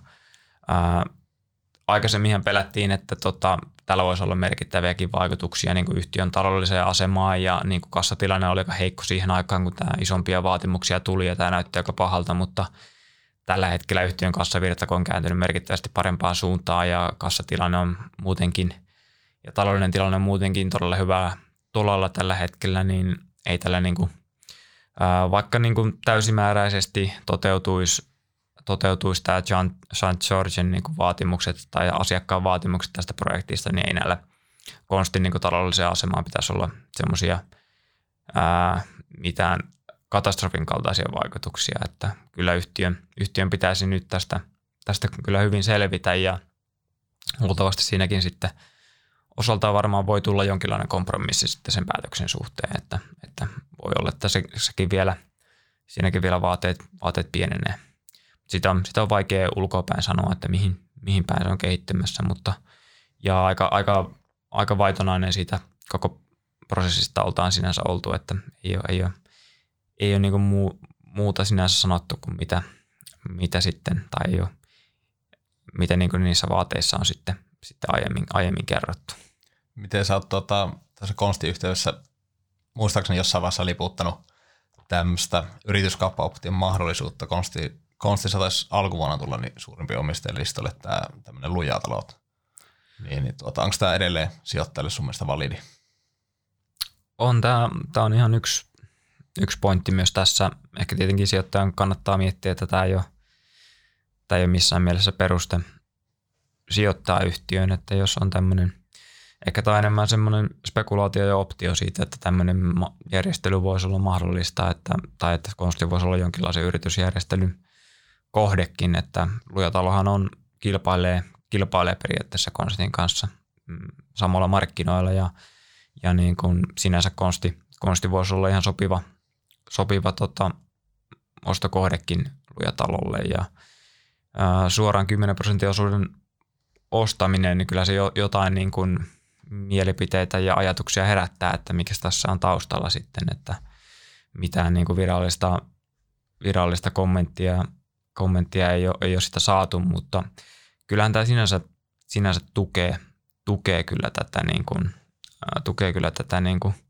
S1: aikaisemminhan pelättiin, että tällä voisi olla merkittäviäkin vaikutuksia niin kuin yhtiön taloudelliseen asemaan ja niin kuin kassatilanne oli aika heikko siihen aikaan, kun tämä isompia vaatimuksia tuli ja tämä näytti aika pahalta, mutta tällä hetkellä yhtiön kassavirta on kääntynyt merkittävästi parempaan suuntaan ja kassatilanne on muutenkin ja taloudellinen tilanne on muutenkin todella hyvää tolalla tällä hetkellä, niin ei tällä niin kuin, vaikka niin kuin täysimääräisesti toteutuisi tämä St. Georgen niin kuin vaatimukset tai asiakkaan vaatimukset tästä projektista, niin ei näillä Konstin niin kuin taloudelliseen asemaan pitäisi olla semmoisia mitään katastrofin kaltaisia vaikutuksia, että kyllä yhtiön pitäisi nyt tästä kyllä hyvin selvitä ja luultavasti siinäkin sitten osaltaan varmaan voi tulla jonkinlainen kompromissi sitten sen päätöksen suhteen, että voi olla, että siinäkin vielä vaateet pienenee. Sitä on vaikea ulkoapäin sanoa, että mihin päin se on kehittymässä, mutta ja aika vaitonainen siitä koko prosessista oltaan sinänsä oltu, että ei ole niin kuin muuta sinänsä sanottu kuin mitä sitten, tai ei ole, mitä niin kuin niissä vaateissa on sitten aiemmin kerrottu.
S2: Miten sä oot tässä Konsti-yhteydessä, muistaakseni jossain vaiheessa liputtanut tämmöistä yrityskauppaoption mahdollisuutta. Konstissa taisi alkuvuonna tulla niin suurimpi omistajalistalle tämä tämmöinen Luja-talot. Niin, onko tämä edelleen sijoittajille sun mielestä validi?
S1: On, tämä on ihan yksi pointti myös tässä. Ehkä tietenkin sijoittajan kannattaa miettiä, että tämä ei ole missään mielessä peruste sijoittaa yhtiöön, että jos on tämmöinen, ehkä tämä on enemmän semmoinen spekulaatio ja optio siitä, että tämmöinen järjestely voisi olla mahdollista, tai että Konsti voisi olla jonkinlaisen yritysjärjestelyn kohdekin, että Lujatalohan on kilpailee periaatteessa Konstin kanssa samalla markkinoilla ja niin kuin sinänsä Konsti voisi olla ihan sopiva ostokohdekin Lujatalolle ja suoraan 10% osuuden ostaminen, niin kyllä se jotain niin kuin mielipiteitä ja ajatuksia herättää, että mikä tässä on taustalla sitten, että mitään niin kuin virallista kommenttia ei ole sitä saatu, mutta kyllähän tämä sinänsä tukee kyllä tätä niin kuin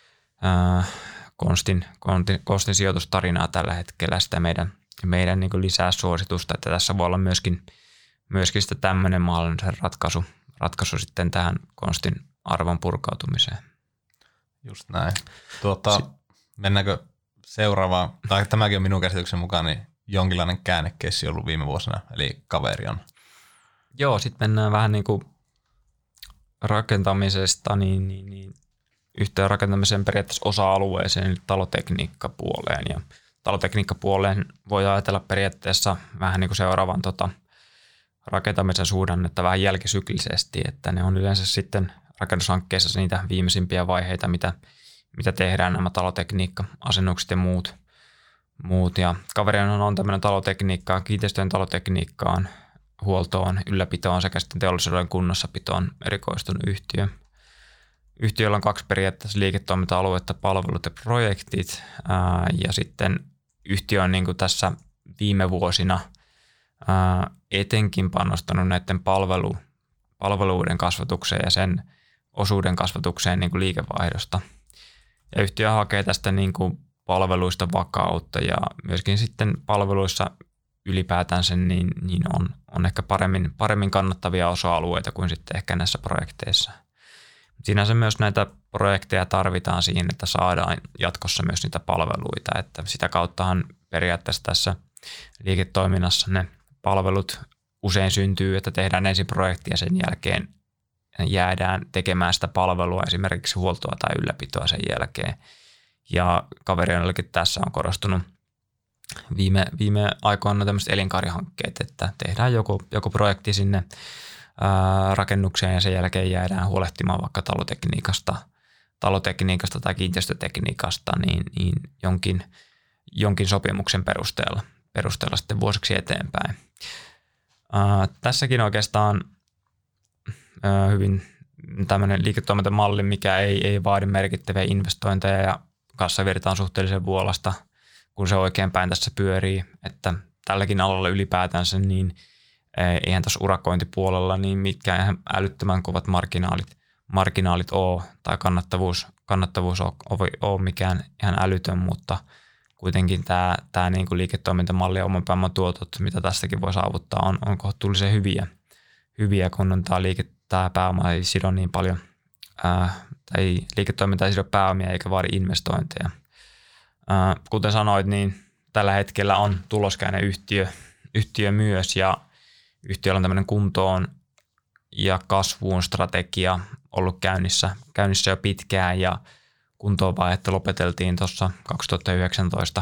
S1: Konstin sijoitustarinaa tällä hetkellä, sitä meidän niin kuin lisää suositusta, että tässä voi olla myöskin sitä tämmöinen mahdollinen ratkaisu sitten tähän Konstin arvon purkautumiseen.
S2: Just näin. Mennäänkö seuraavaan, tai tämäkin on minun käsityksen mukaan, niin jonkinlainen käännekeissi ollut viime vuosina, eli Caverion.
S1: Joo, sitten mennään vähän niin kuin rakentamisesta, niin yhteen rakentamisen periaatteessa osa-alueeseen, eli talotekniikkapuoleen. Ja talotekniikkapuoleen voi ajatella periaatteessa vähän niin kuin seuraavan rakentamisen suhdannetta vähän jälkisyklisesti, että ne on yleensä sitten rakennushankkeessa niitä viimeisimpiä vaiheita, mitä tehdään nämä talotekniikka-asennukset ja muut. Ja Caverion on tämmöinen kiinteistöjen talotekniikkaan, huoltoon, ylläpitoon sekä sitten teollisuuden kunnossapitoon erikoistunut yhtiö. Yhtiöllä on 2 periaatteessa liiketoiminta-aluetta, palvelut ja projektit, ja sitten yhtiö on niin kuin tässä viime vuosina etenkin panostanut näiden palveluiden kasvatukseen ja sen osuuden kasvatukseen niin kuin liikevaihdosta. Ja yhtiö hakee tästä niin kuin palveluista vakautta ja myöskin sitten palveluissa ylipäätänsä, niin on ehkä paremmin kannattavia osa-alueita kuin sitten ehkä näissä projekteissa. Sinänsä myös näitä projekteja tarvitaan siihen, että saadaan jatkossa myös niitä palveluita, että sitä kauttahan periaatteessa tässä liiketoiminnassa ne palvelut usein syntyy, että tehdään ensin projekti ja sen jälkeen jäädään tekemään sitä palvelua, esimerkiksi huoltoa tai ylläpitoa sen jälkeen. Ja kaverioillakin tässä on korostunut viime aikoina tämmöiset elinkaarihankkeet, että tehdään joku projekti sinne rakennukseen ja sen jälkeen jäädään huolehtimaan vaikka talotekniikasta tai kiinteistötekniikasta niin jonkin sopimuksen perusteella sitten vuosiksi eteenpäin. Tässäkin oikeastaan hyvin tämmöinen liiketoimintamalli, mikä ei vaadi merkittäviä investointeja ja kassavirta on suhteellisen vuolasta, kun se oikein päin tässä pyörii, että tälläkin alalla ylipäätänsä, niin eihän tässä urakointipuolella niin mitkään älyttömän kovat marginaalit ole tai kannattavuus ole mikään ihan älytön, mutta kuitenkin tämä niin kuin liiketoimintamalli ja oman pääoman tuotot, mitä tästäkin voi saavuttaa, on kohtuullisen hyviä, kun on tämä pääoma ei sido niin paljon, tai liiketoiminta ei sido pääomia eikä vaadi investointeja. Kuten sanoit, niin tällä hetkellä on tuloskäinen yhtiö myös, ja yhtiöllä on tämmöinen kuntoon ja kasvuun strategia ollut käynnissä jo pitkään, ja kuntoonvaihetta lopeteltiin tuossa 2019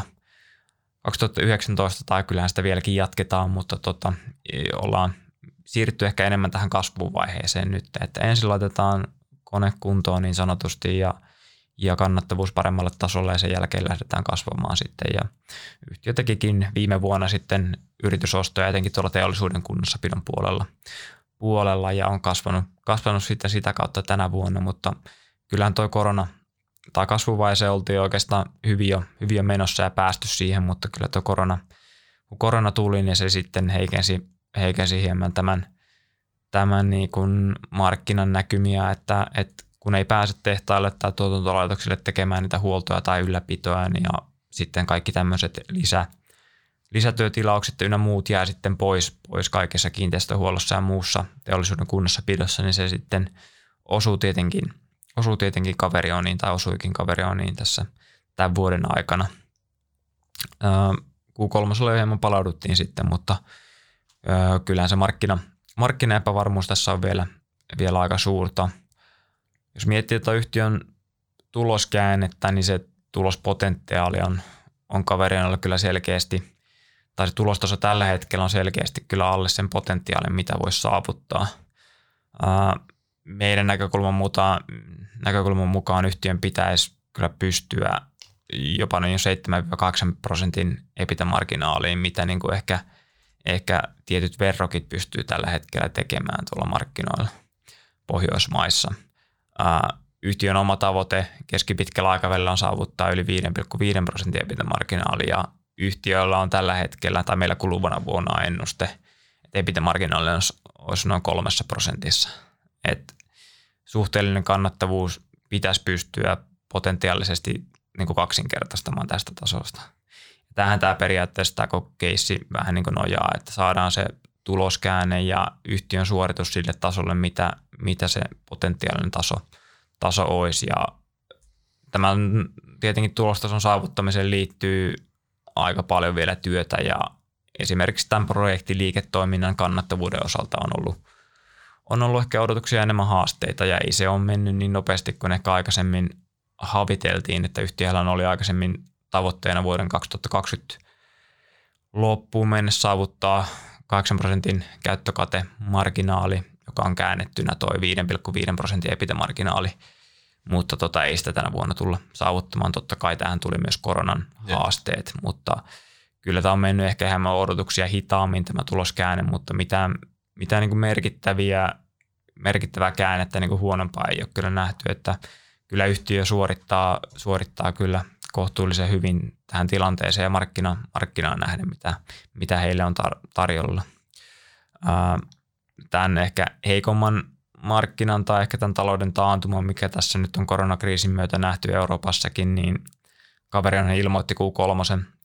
S1: tai kyllähän sitä vieläkin jatketaan, mutta ollaan siirrytty ehkä enemmän tähän kasvuvaiheeseen nyt, että ensin laitetaan kone kuntoon niin sanotusti ja kannattavuus paremmalle tasolle ja sen jälkeen lähdetään kasvamaan sitten. Ja yhtiö tekikin viime vuonna sitten yritysostoja etenkin tuolla teollisuuden kunnossapidon puolella ja on kasvanut sitten sitä kautta tänä vuonna, mutta kyllähän toi tai kasvuvaihe oltiin oikeastaan hyvin menossa ja päästy siihen, mutta kyllä tuo kun korona tuli, niin se sitten heikensi hieman tämän niin kuin markkinan näkymiä, että kun ei pääse tehtaille tai tuotantolaitoksille tekemään niitä huoltoja tai ylläpitoa, ja sitten kaikki tämmöiset lisätyötilaukset ynnä muut jää sitten pois kaikessa kiinteistöhuollossa ja muussa teollisuuden kunnossapidossa, niin se sitten osuu tietenkin Caverioniin tai osuikin Caverioniin tässä tämän vuoden aikana. Q3 hieman palauduttiin sitten, mutta kyllähän se markkinaepävarmuus tässä on vielä aika suurta. Jos miettii yhtiön tuloskäännettä, niin se tulospotentiaali on Caverionilla kyllä selkeästi, tai se tulostaso tällä hetkellä on selkeästi kyllä alle sen potentiaalin, mitä voisi saavuttaa. Meidän näkökulman mukaan yhtiön pitäisi kyllä pystyä jopa noin 7-8% EBITDA-marginaaliin, mitä niin kuin ehkä tietyt verrokit pystyy tällä hetkellä tekemään tuolla markkinoilla Pohjoismaissa. Yhtiön oma tavoite keskipitkällä aikavälillä on saavuttaa yli 5,5% EBITDA-marginaali ja yhtiöllä on tällä hetkellä tai meillä kuluvana vuonna ennuste, että EBITDA-marginaali olisi noin 3%. Et suhteellinen kannattavuus pitäisi pystyä potentiaalisesti niin kuin kaksinkertaistamaan tästä tasosta. Tähän tämä periaatteessa tämä koko keissi vähän niin kuin nojaa, että saadaan se tuloskäänne ja yhtiön suoritus sille tasolle, mitä se potentiaalinen taso olisi. Ja tämän tietenkin tulostason saavuttamiseen liittyy aika paljon vielä työtä ja esimerkiksi tämän projektiliiketoiminnan kannattavuuden osalta on ollut ehkä odotuksia enemmän haasteita ja ei se ole mennyt niin nopeasti kuin ehkä aikaisemmin haviteltiin, että yhtiöllä oli aikaisemmin tavoitteena vuoden 2020 loppuun mennessä saavuttaa 8% käyttökatemarginaali, joka on käännettynä toi 5,5% EBITDA-marginaali, mutta ei sitä tänä vuonna tulla saavuttamaan. Totta kai tähän tuli myös koronan haasteet, mutta kyllä tämä on mennyt ehkä hieman odotuksia hitaammin tämä tuloskäänne, mutta mitään niin kuin merkittävää käännettä niin kuin huonompaa ei ole kyllä nähty, että kyllä yhtiö suorittaa kyllä kohtuullisen hyvin tähän tilanteeseen ja markkinaan nähden, mitä heille on tarjolla. Tämän ehkä heikomman markkinan tai ehkä tämän talouden taantuman, mikä tässä nyt on koronakriisin myötä nähty Euroopassakin, niin Caverion ilmoitti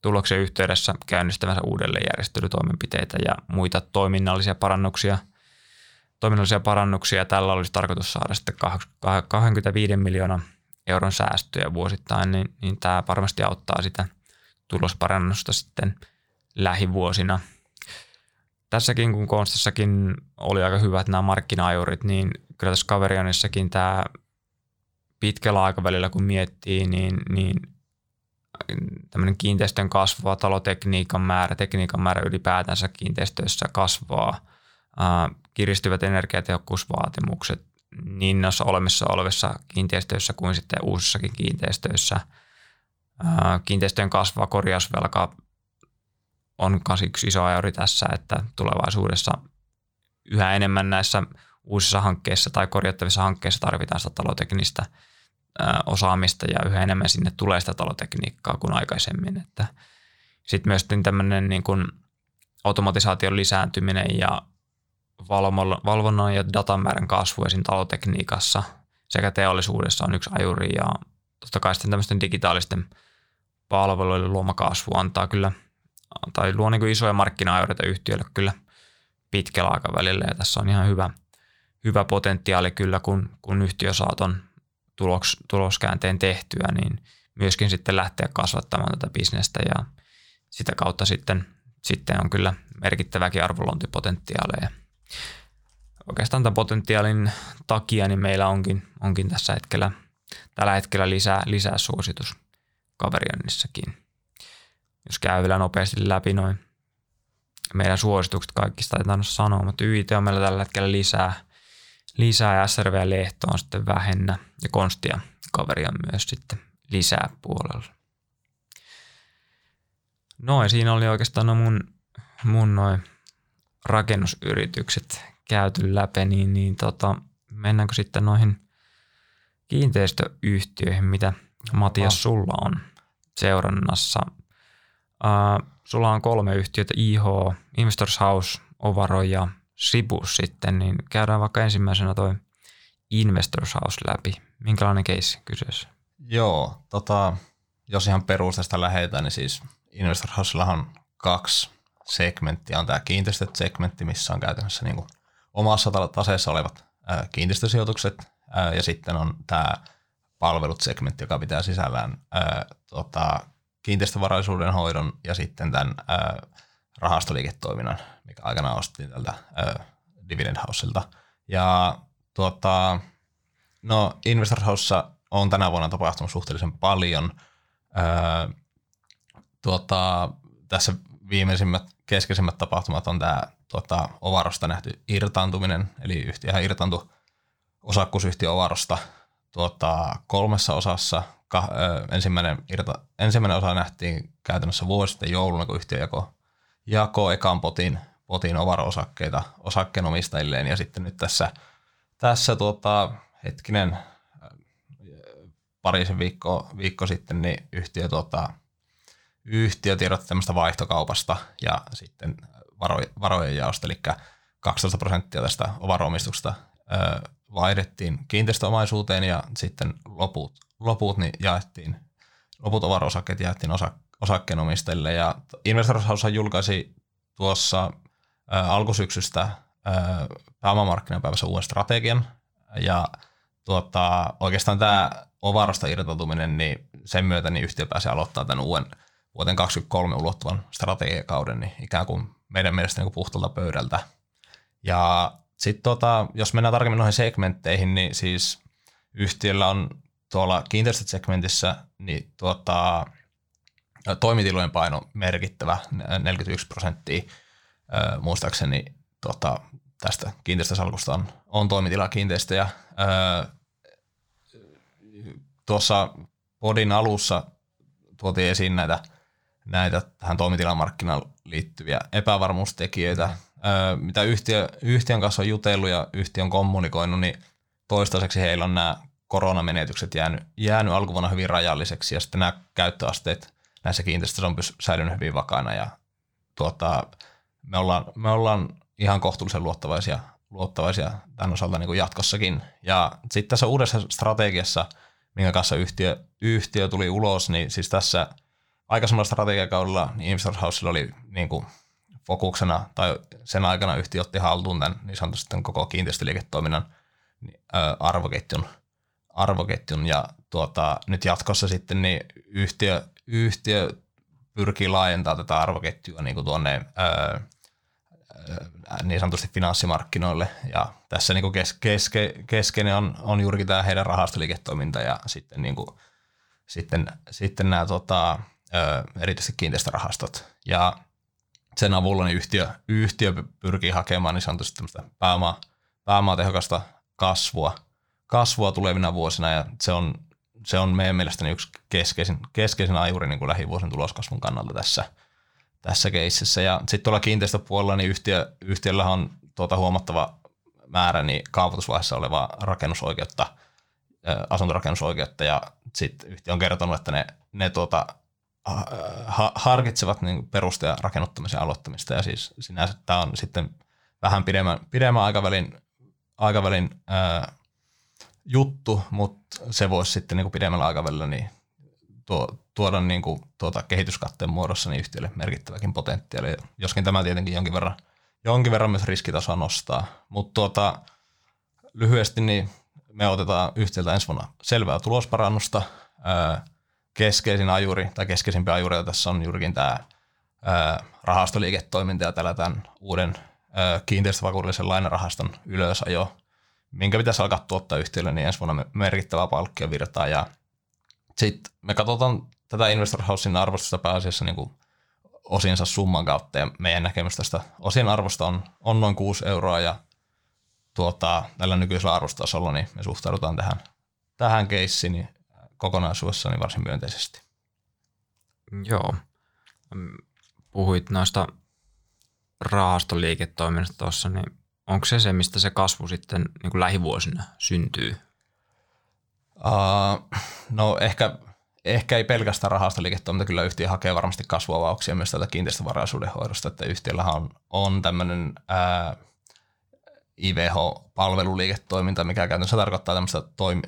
S1: tuloksen yhteydessä käynnistävänsä uudelleenjärjestelytoimenpiteitä ja muita toiminnallisia parannuksia. Tällä olisi tarkoitus saada sitten 25 miljoonan euron säästöjä vuosittain, niin tämä varmasti auttaa sitä tulosparannusta sitten lähivuosina. Tässäkin, kun Konstassakin oli aika hyvät nämä markkina-ajurit, niin kyllä tässä Caverionissakin tämä pitkällä aikavälillä, kun miettii, niin tämmöinen kiinteistön kasvava tekniikan määrä ylipäätänsä kiinteistöissä kasvaa, kiristyvät energiatehokkuusvaatimukset niin noissa olemassa olevissa kiinteistöissä kuin sitten uusissakin kiinteistöissä. Kiinteistöjen kasvava korjausvelka on myös yksi iso ajuri tässä, että tulevaisuudessa yhä enemmän näissä uusissa hankkeissa tai korjattavissa hankkeissa tarvitaan sitä taloteknistä osaamista ja yhä enemmän sinne tulee sitä talotekniikkaa kuin aikaisemmin. Sitten myös tämmöinen niin kuin automatisaation lisääntyminen ja valvonnan ja datan määrän kasvu esim. Talotekniikassa sekä teollisuudessa on yksi ajuri ja totta kai sitten tämmöisten digitaalisten palveluiden luoma kasvu antaa kyllä tai luo niin kuin isoja markkina-ajureita yhtiöille kyllä pitkällä aikavälillä ja tässä on ihan hyvä potentiaali kyllä, kun yhtiö saa ton tuloskäänteen tehtyä, niin myöskin sitten lähteä kasvattamaan tätä bisnestä ja sitä kautta sitten on kyllä merkittäväkin arvonluontipotentiaalia. Oikeastaan tämän potentiaalin takia niin meillä onkin tällä hetkellä lisää suositus Caverionissakin. Jos käy vielä nopeasti läpi noin meidän suositukset kaikista, ei tainnut sanoa, mutta YIT on meillä tällä hetkellä lisää ja SRV ja Lehto on sitten vähennä ja Konsti ja Caverion myös sitten lisää puolella. No ja siinä oli oikeastaan mun noin rakennusyritykset käyty läpi, niin mennäänkö sitten noihin kiinteistöyhtiöihin, mitä Matias sulla on seurannassa. Sulla on 3 yhtiötä, IH, Investors House, Ovaro ja Sibus sitten, niin käydään vaikka ensimmäisenä toi Investors House läpi. Minkälainen keissi kyseessä?
S2: Joo, jos ihan perustasta lähdetään, niin siis Investors Housellahan on 2 segmenttiä. On tämä kiinteistöt-segmentti, missä on käytännössä niin kuin omassa taseessa olevat kiinteistösijoitukset, ja sitten on tämä palvelut-segmentti, joka pitää sisällään kiinteistövaraisuuden hoidon ja sitten tämän rahastoliiketoiminnan, mikä aikanaan ostettiin tältä Dividend Houselta. Ja Investors Housessa on tänä vuonna tapahtunut suhteellisen paljon. Tässä viimeisimmät keskeisimmät tapahtumat on tämä Ovarosta nähty irtaantuminen, eli yhtiöhän irtaantui osakkuusyhtiö Ovarosta 3 osassa. Ensimmäinen osa nähtiin käytännössä vuosi sitten jouluna, kun yhtiö jakoi ekan potin Ovaro-osakkeita osakkeenomistajilleen, ja sitten nyt tässä parisen viikko sitten niin yhtiö tiedotti tämmöistä vaihtokaupasta ja sitten varojen jaosta, eli 12% tästä Ovaro-omistuksesta vaihdettiin kiinteistöomaisuuteen ja sitten loput Ovaro-osakkeet jaettiin osakkeenomistajille. Ja Investors House julkaisi tuossa alkusyksystä pääomamarkkinapäivässä uuden strategian, ja oikeastaan tämä Ovarosta irtautuminen, niin sen myötä niin yhtiö pääsee aloittamaan tämän uuden vuoteen 2023 ulottuvan strategiakauden niin ikään kuin meidän mielestä niin kuin puhtaalta pöydältä. Ja sitten jos mennään tarkemmin noihin segmentteihin, niin siis yhtiöllä on tuolla kiinteistöt-segmentissä niin toimitilojen paino merkittävä, 41% muistaakseni tästä kiinteistösalkusta on toimitilakiinteistöjä. Tuossa podin alussa tuotiin esiin näitä tähän toimitilamarkkinaan liittyviä epävarmuustekijöitä, mitä yhtiön kanssa on jutellut ja yhtiö on kommunikoinut, niin toistaiseksi heillä on nämä koronamenetykset jäänyt alkuvuonna hyvin rajalliseksi, ja sitten nämä käyttöasteet näissä kiinteistöissä on säilynyt hyvin vakaina, ja me ollaan ihan kohtuullisen luottavaisia tämän osalta niin kuin jatkossakin. Ja sitten tässä uudessa strategiassa, minkä kanssa yhtiö tuli ulos, niin siis tässä aikaisemmalla strategiakaudella niin Investor Housella oli niin kuin fokuksena, tai sen aikana yhtiö otti haltuun tämän niin sanotusti koko kiinteistöliiketoiminnan arvoketjun ja nyt jatkossa sitten niin yhtiö pyrkii laajentamaan tätä arvoketjua niin kuin tuonne niin sanotusti finanssimarkkinoille, ja tässä niin kuin keskeinen on juurikin tämä heidän rahastoliiketoiminta ja sitten, niin kuin, sitten nämä erityisesti kiinteistörahastot, ja sen avulla niin yhtiö pyrkii hakemaan niin sanotusti tämmöistä pääomatehokasta kasvua tulevina vuosina, ja se on meidän mielestäni yksi keskeisin ajuri niin kuin lähivuosien tuloskasvun kannalta tässä keississä. Ja sitten tuolla kiinteistöpuolella niin yhtiöllä on huomattava määrä niin kaavoitusvaiheessa olevaa rakennusoikeutta, asuntorakennusoikeutta, ja sitten yhtiö on kertonut, että ne harkitsevat niin peruste- ja rakennuttamisen aloittamista, ja siis sinänsä tämä on sitten vähän pidemmän aikavälin juttu, mutta se voisi sitten niin kuin pidemmällä aikavälillä niin tuoda niin kuin kehityskatteen muodossa niin yhtiölle merkittäväkin potentiaalia, joskin tämä tietenkin jonkin verran myös riskitasoa nostaa, mutta lyhyesti niin me otetaan yhtiöltä ensi vuonna selvää tulosparannusta. Keskeisin ajuri tai keskeisimpiä ajureita tässä on juurikin tämä rahastoliiketoiminta ja tällä tämän uuden kiinteistövakuudellisen lainarahaston ylösajo, minkä pitäisi alkaa tuottaa yhtiölle niin ensi vuonna merkittävää palkkiovirtaa. Ja sitten me katsotaan tätä Investor Housen arvostusta pääasiassa niin kuin osinsa summan kautta, ja meidän näkemys tästä osien arvosta on noin 6 euroa, ja tällä nykyisellä arvostasolla niin me suhtaudutaan tähän keissiin niin kokonaisuudessaan niin varsin myönteisesti.
S1: Joo. Puhuit noista rahastoliiketoiminnasta tuossa, niin onko se, mistä se kasvu sitten niin kuin lähivuosina syntyy?
S2: No ehkä ei pelkästään rahastoliiketoiminta, kyllä yhtiö hakee varmasti kasvuavauksia myös tältä kiinteistövaraisuuden hoidosta, että yhtiöllähän on tämmöinen IVH-palveluliiketoiminta, mikä käytännössä tarkoittaa tämmöistä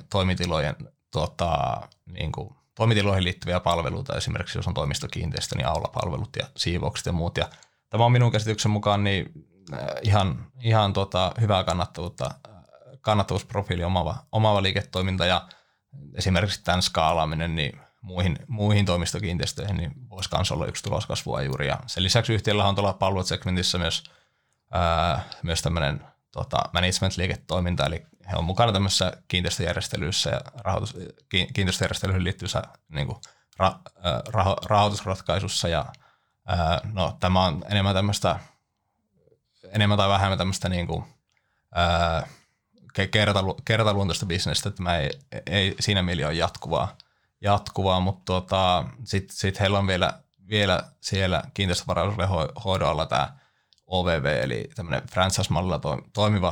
S2: toimitiloihin liittyviä palveluita, esimerkiksi jos on toimistokiinteistö, niin aulapalvelut ja siivoukset ja muut. Ja tämä on minun käsityksen mukaan niin ihan hyvää kannattavuusprofiili omaava liiketoiminta, ja esimerkiksi tämän skaalaaminen niin muihin toimistokiinteistöihin niin voisi myös olla yksi tuloskasvua juuri. Ja sen lisäksi yhtiöllä on tuolla palvelusegmentissä myös tämmöinen management-liiketoiminta, eli he on mukana tämmöisessä kiinteistöjärjestelyissä ja kiinteistöjärjestelyihin liittyvissä niin kuin rahoitusratkaisussa, ja no, tämä on enemmän tai vähemmän tämmöistä niin kuin, kertaluontoista bisnestä, että tämä ei siinä mielessä ole jatkuvaa, mutta sitten heillä on vielä siellä kiinteistövaraisuuden hoidon alla tämä OVV, eli tämmöinen franchise-mallilla toimiva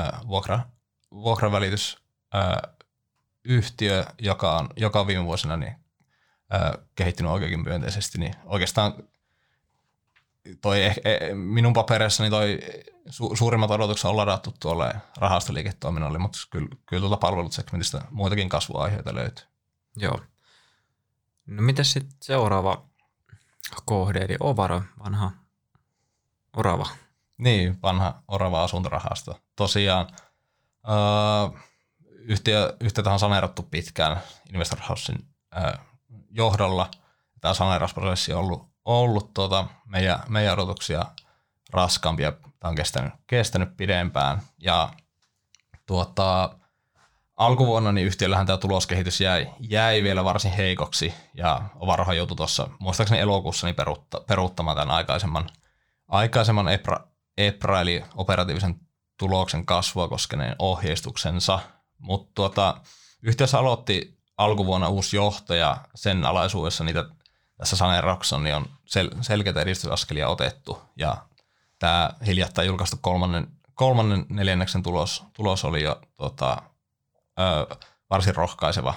S2: vuokravälitysyhtiö, joka on viime vuosina niin, kehittynyt oikein myönteisesti, niin oikeastaan minun papereissani suurimmat odotukset on ladattu tuolle rahastoliiketoiminnalle, mutta kyllä tuolta palvelusegmentistä muitakin kasvuaiheita löytyy.
S1: Joo. No mitäs sitten seuraava kohde, eli Ovaro, vanha Orava?
S2: Niin, vanha Orava asuntorahasto. Tosiaan yhtiötä on saneerattu pitkään Investor Housen johdolla. Tämä saneerausprosessi on ollut meidän odotuksia raskaampi, ja tämä on kestänyt pidempään. Ja alkuvuonna niin yhtiöllähän tämä tuloskehitys jäi vielä varsin heikoksi, ja Ovarohan joutui tuossa muistaakseni elokuussa niin peruuttamaan tämän aikaisemman EPRA eli operatiivisen tuloksen kasvua koskeneen ohjeistuksensa, mutta yhtiössä aloitti alkuvuonna uusi johto, ja sen alaisuudessa niitä tässä saneerauksessa niin on selkeitä edistysaskelia otettu, ja tämä hiljattain julkaistu kolmannen neljänneksen tulos oli jo varsin rohkaiseva.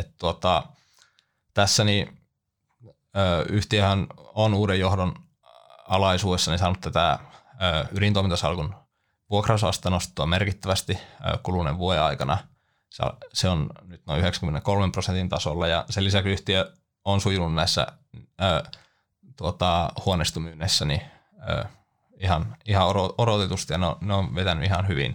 S2: Tässä niin, yhtiöhän on uuden johdon alaisuudessa niin saanut tätä ydintoimintasalkun vuokrausaste nostettua merkittävästi kuluneen vuoden aikana. Se on nyt noin 93% tasolla, ja sen lisäksi yhtiö on sujunut näissä huoneistomyynneissä niin, ihan odotetusti ja ne on vetänyt ihan hyvin.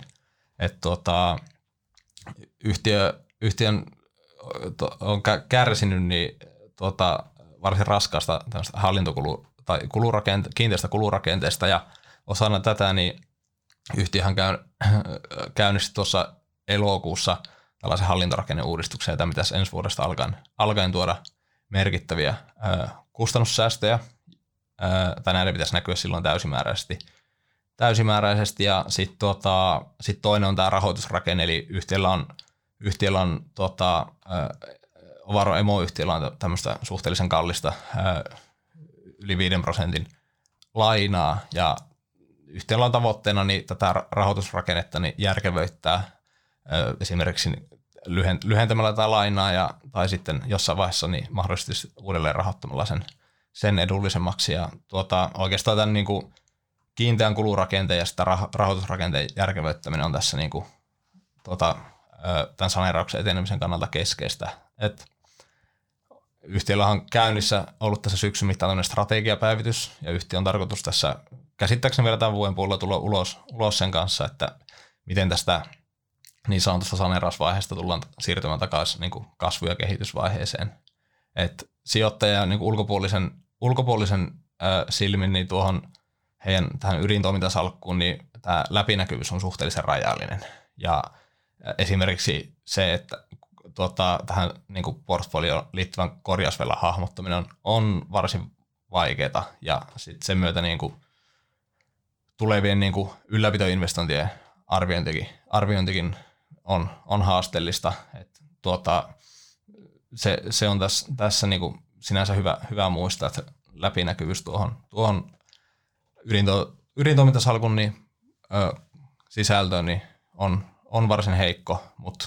S2: Yhtiön on kärsinyt niin, varsin raskaasta kiinteästä kulurakenteesta ja osana tätä niin yhtiöhän käynnisti tuossa elokuussa tällaisen hallintorakenneuudistuksen, jota pitäisi ensi vuodesta alkaen tuoda merkittäviä kustannussäästöjä, tai näiden pitäisi näkyä silloin täysimääräisesti ja sitten sit toinen on tämä rahoitusrakenne, eli yhtiöllä on Ovaro emoyhtiöllä on tämmöistä suhteellisen kallista yli 5% lainaa ja yhtiöllä on tavoitteena niin tätä rahoitusrakennetta niin järkevöittää esimerkiksi lyhentämällä tätä lainaa tai sitten jossain vaiheessa niin mahdollisesti uudelleen rahoittamalla sen edullisemmaksi. Ja oikeastaan tämän niin kuin kiinteän kulurakenteen ja sitä rahoitusrakenteen järkevöittäminen on tässä niin kuin, tämän saneerauksen etenemisen kannalta keskeistä. Yhtiöllä on käynnissä ollut tässä syksyn mittaan strategiapäivitys ja yhtiö on tarkoitus tässä käsittääkseni vielä tämän vuoden puolella tulla ulos sen kanssa, että miten tästä niin sanotusta saneerausvaiheesta tullaan siirtymään takaisin niin kuin kasvu- ja kehitysvaiheeseen. Et sijoittaja niin kuin ulkopuolisen silmin niin tuohon heidän tähän ydintoimintasalkkuun niin tämä läpinäkyvyys on suhteellisen rajallinen. Ja esimerkiksi se, että tähän niin kuin portfolioon liittyvän korjausvelan hahmottaminen on varsin vaikeaa ja sitten sen myötä niin kuin tulevien niin kuin ylläpitoinvestointien arviointikin on haasteellista. Se on tässä niin kuin sinänsä hyvä muistaa, että läpinäkyvyys tuohon ydintoimintasalkun niin, sisältöön niin on varsin heikko, mutta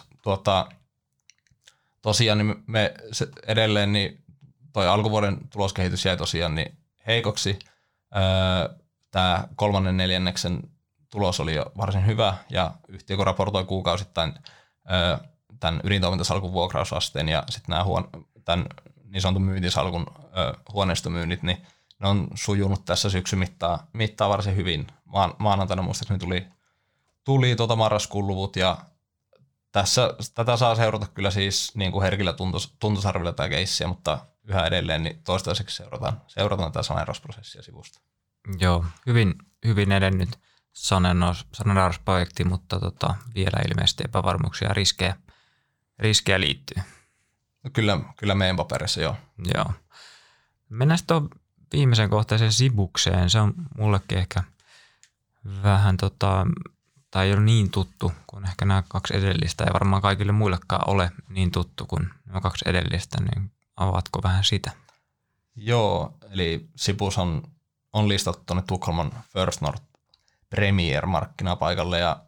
S2: tosiaan niin edelleen niin toi alkuvuoden tuloskehitys jäi tosiaan niin heikoksi. Tämä kolmannen neljänneksen tulos oli jo varsin hyvä ja yhtiö kun raportoi kuukausittain tämän ydintoimintasalkun vuokrausasteen ja sitten tämän niin sanotun myyntisalkun huoneistomyynnit, niin ne on sujunut tässä syksyn mittaa varsin hyvin. Maanantaina muistaakseni tuli marraskuun luvut ja tätä saa seurata kyllä siis niin kuin herkillä tuntosarvilla tämä keissiä, mutta yhä edelleen niin toistaiseksi seurataan tätä saneerausprosessia sivusta.
S1: Joo, hyvin edennyt saneerausprojekti, mutta vielä ilmeisesti epävarmuuksia ja riskejä liittyy.
S2: No kyllä meidän paperissa joo.
S1: Joo. Mennään sitten viimeisen kohteeseen Sibukseen. Se on mullekin ehkä vähän tai ei ole niin tuttu kuin ehkä nämä kaksi edellistä, ja varmaan kaikille muillekaan ole niin tuttu kuin nämä kaksi edellistä, niin avaatko vähän sitä?
S2: Joo, eli Sibus on listattu tuonne Tukholman First North Premier-markkinapaikalle, ja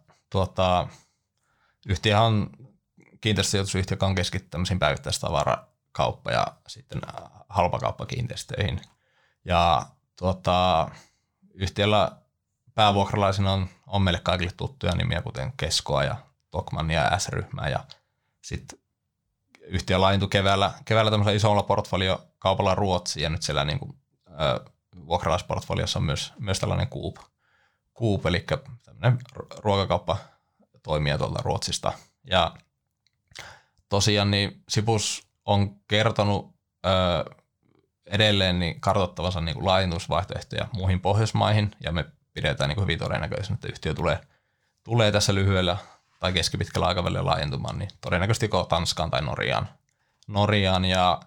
S2: yhtiö on kiinteistösijoitusyhtiö, joka on keskittynyt tämmöisiin päivittäistavarakauppa- ja sitten halpakauppakiinteistöihin. Ja yhtiöllä päävuokralaisina on meille kaikille tuttuja nimiä, kuten Keskoa ja Tokmannia ja S-ryhmää. Ja sitten yhtiö laajentui keväällä tämmöisellä isolla portfoliokaupalla Ruotsiin, ja nyt siellä niin kuin, vuokralaisportfoliossa on myös tällainen Coop, eli tämmöinen ruokakauppa toimija tuolta Ruotsista. Ja tosiaan niin Sibus on kertonut edelleen niin kartoittavansa niin kuin laajentusvaihtoehtoja muihin Pohjoismaihin, ja me pidetään niin kuin hyvin todennäköisenä, että yhtiö tulee tässä lyhyellä tai keskipitkällä aikavälillä laajentumaan, niin todennäköisesti joko Tanskaan tai Norjaan. Ja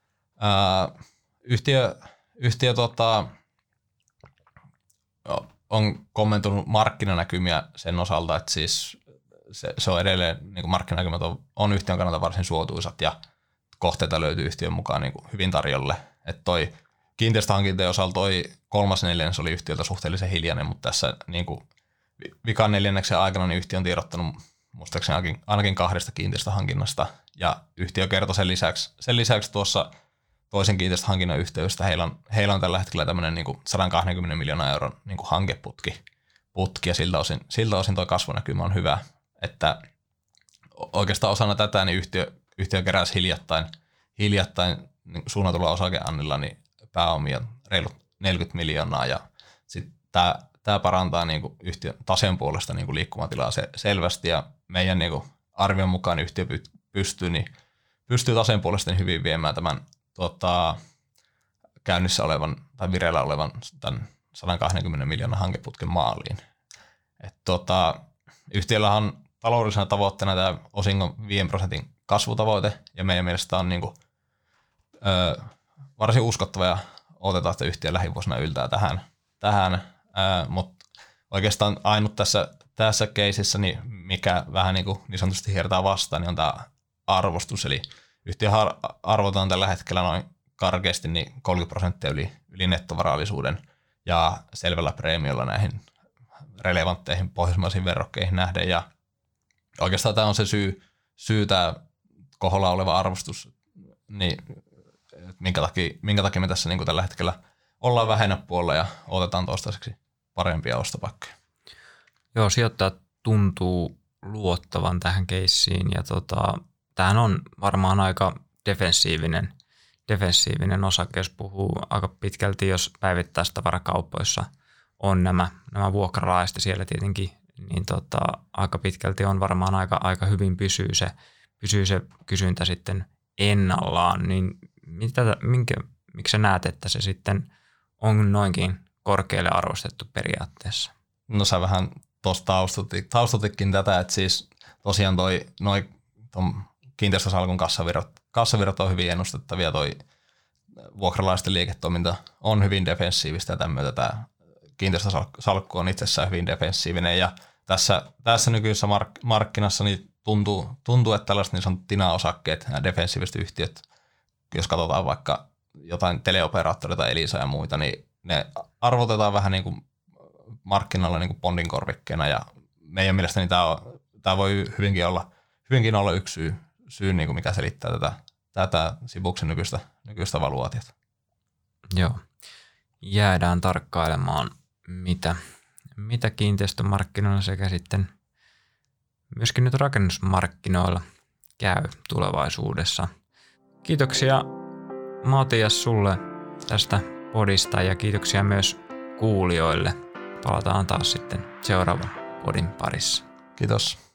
S2: yhtiö on kommentoinut markkinanäkymiä sen osalta, että siis se on edelleen, niin kuin markkinanäkymät on yhtiön kannalta varsin suotuisat ja kohteita löytyy yhtiön mukaan niin kuin hyvin tarjolle. Että toi kiinteistöhankintojen osalta toi 3/4 oli yhtiöltä suhteellisen hiljainen, mutta tässä niin kuin vikan neljänneksen aikana niin yhtiö on tiedottanut muistaakseni ainakin 2 kiinteistöhankinnasta, ja yhtiö kertoi sen lisäksi tuossa toisen kiinteistöhankinnan yhteydessä heillä on tällä hetkellä tämmöinen niin kuin 120 miljoonaa euron niin kuin hankeputki, ja siltä osin tuo kasvunäkymä on hyvä, että oikeastaan osana tätä niin yhtiö keräsi hiljattain suunnatulla osakeannilla niin pääomia reilut 40 miljoonaa ja sitten tämä parantaa niin kuin yhtiön taseen puolesta niin kuin liikkumatilaa selvästi ja meidän niin kuin arvion mukaan yhtiö pystyy taseen puolesta niin hyvin viemään tämän käynnissä olevan tai vireillä olevan tämän 120 miljoonan hankeputken maaliin. Yhtiöllä on taloudellisena tavoitteena tämä osingon 5% kasvutavoite ja meidän mielestä on niin kuin, varsin uskottava ja odotetaan, että yhtiö lähivuosina yltää tähän. Mutta oikeastaan ainut tässä keisissä, niin mikä vähän niin sanotusti hiertää vastaan, niin on tämä arvostus. Eli yhtiö arvotaan tällä hetkellä noin karkeasti niin 30% yli nettovarallisuuden ja selvällä preemiolla näihin relevantteihin pohjoismaisiin verrokkeihin nähden. Ja oikeastaan tämä on se syy tämä koholla oleva arvostus, niin minkä takia me tässä niin kuin tällä hetkellä ollaan vähennä puolella ja otetaan toistaiseksi parempia ostopaikkoja.
S1: Joo, sijoittajat tuntuu luottavan tähän keissiin ja tämähän on varmaan aika defensiivinen osake, jos puhuu aika pitkälti, jos päivittäistavarakaupoissa on nämä vuokralaiset siellä tietenkin, niin aika pitkälti on varmaan aika hyvin pysyy se kysyntä sitten ennallaan, niin miksi sä näet, että se sitten on noinkin korkealle arvostettu periaatteessa? No
S2: sä vähän tuosta taustutikin tätä, että siis tosiaan ton kiinteistösalkun kassavirrat on hyvin ennustettavia, toi vuokralaisten liiketoiminta on hyvin defensiivistä ja tämän myötä tämä kiinteistösalkku on itsessään hyvin defensiivinen ja tässä nykyisessä markkinassa niin tuntuu, että tällaiset niin sanotut TINA-osakkeet, nämä defensiiviset yhtiöt, jos katsotaan vaikka jotain teleoperaattoreita, Elisa ja muita, niin ne arvotetaan vähän niin kuin markkinoilla niin kuin bondin korvikkeena ja meidän mielestä niin tämä voi hyvinkin olla yksi syy niin kuin mikä selittää tätä Sibuksen nykyistä valuaatiota.
S1: Joo. Jäädään tarkkailemaan, mitä kiinteistömarkkinoilla sekä sitten myöskin nyt rakennusmarkkinoilla käy tulevaisuudessa. Kiitoksia Matias sulle tästä podista ja kiitoksia myös kuulijoille. Palataan taas sitten seuraavan podin parissa.
S2: Kiitos.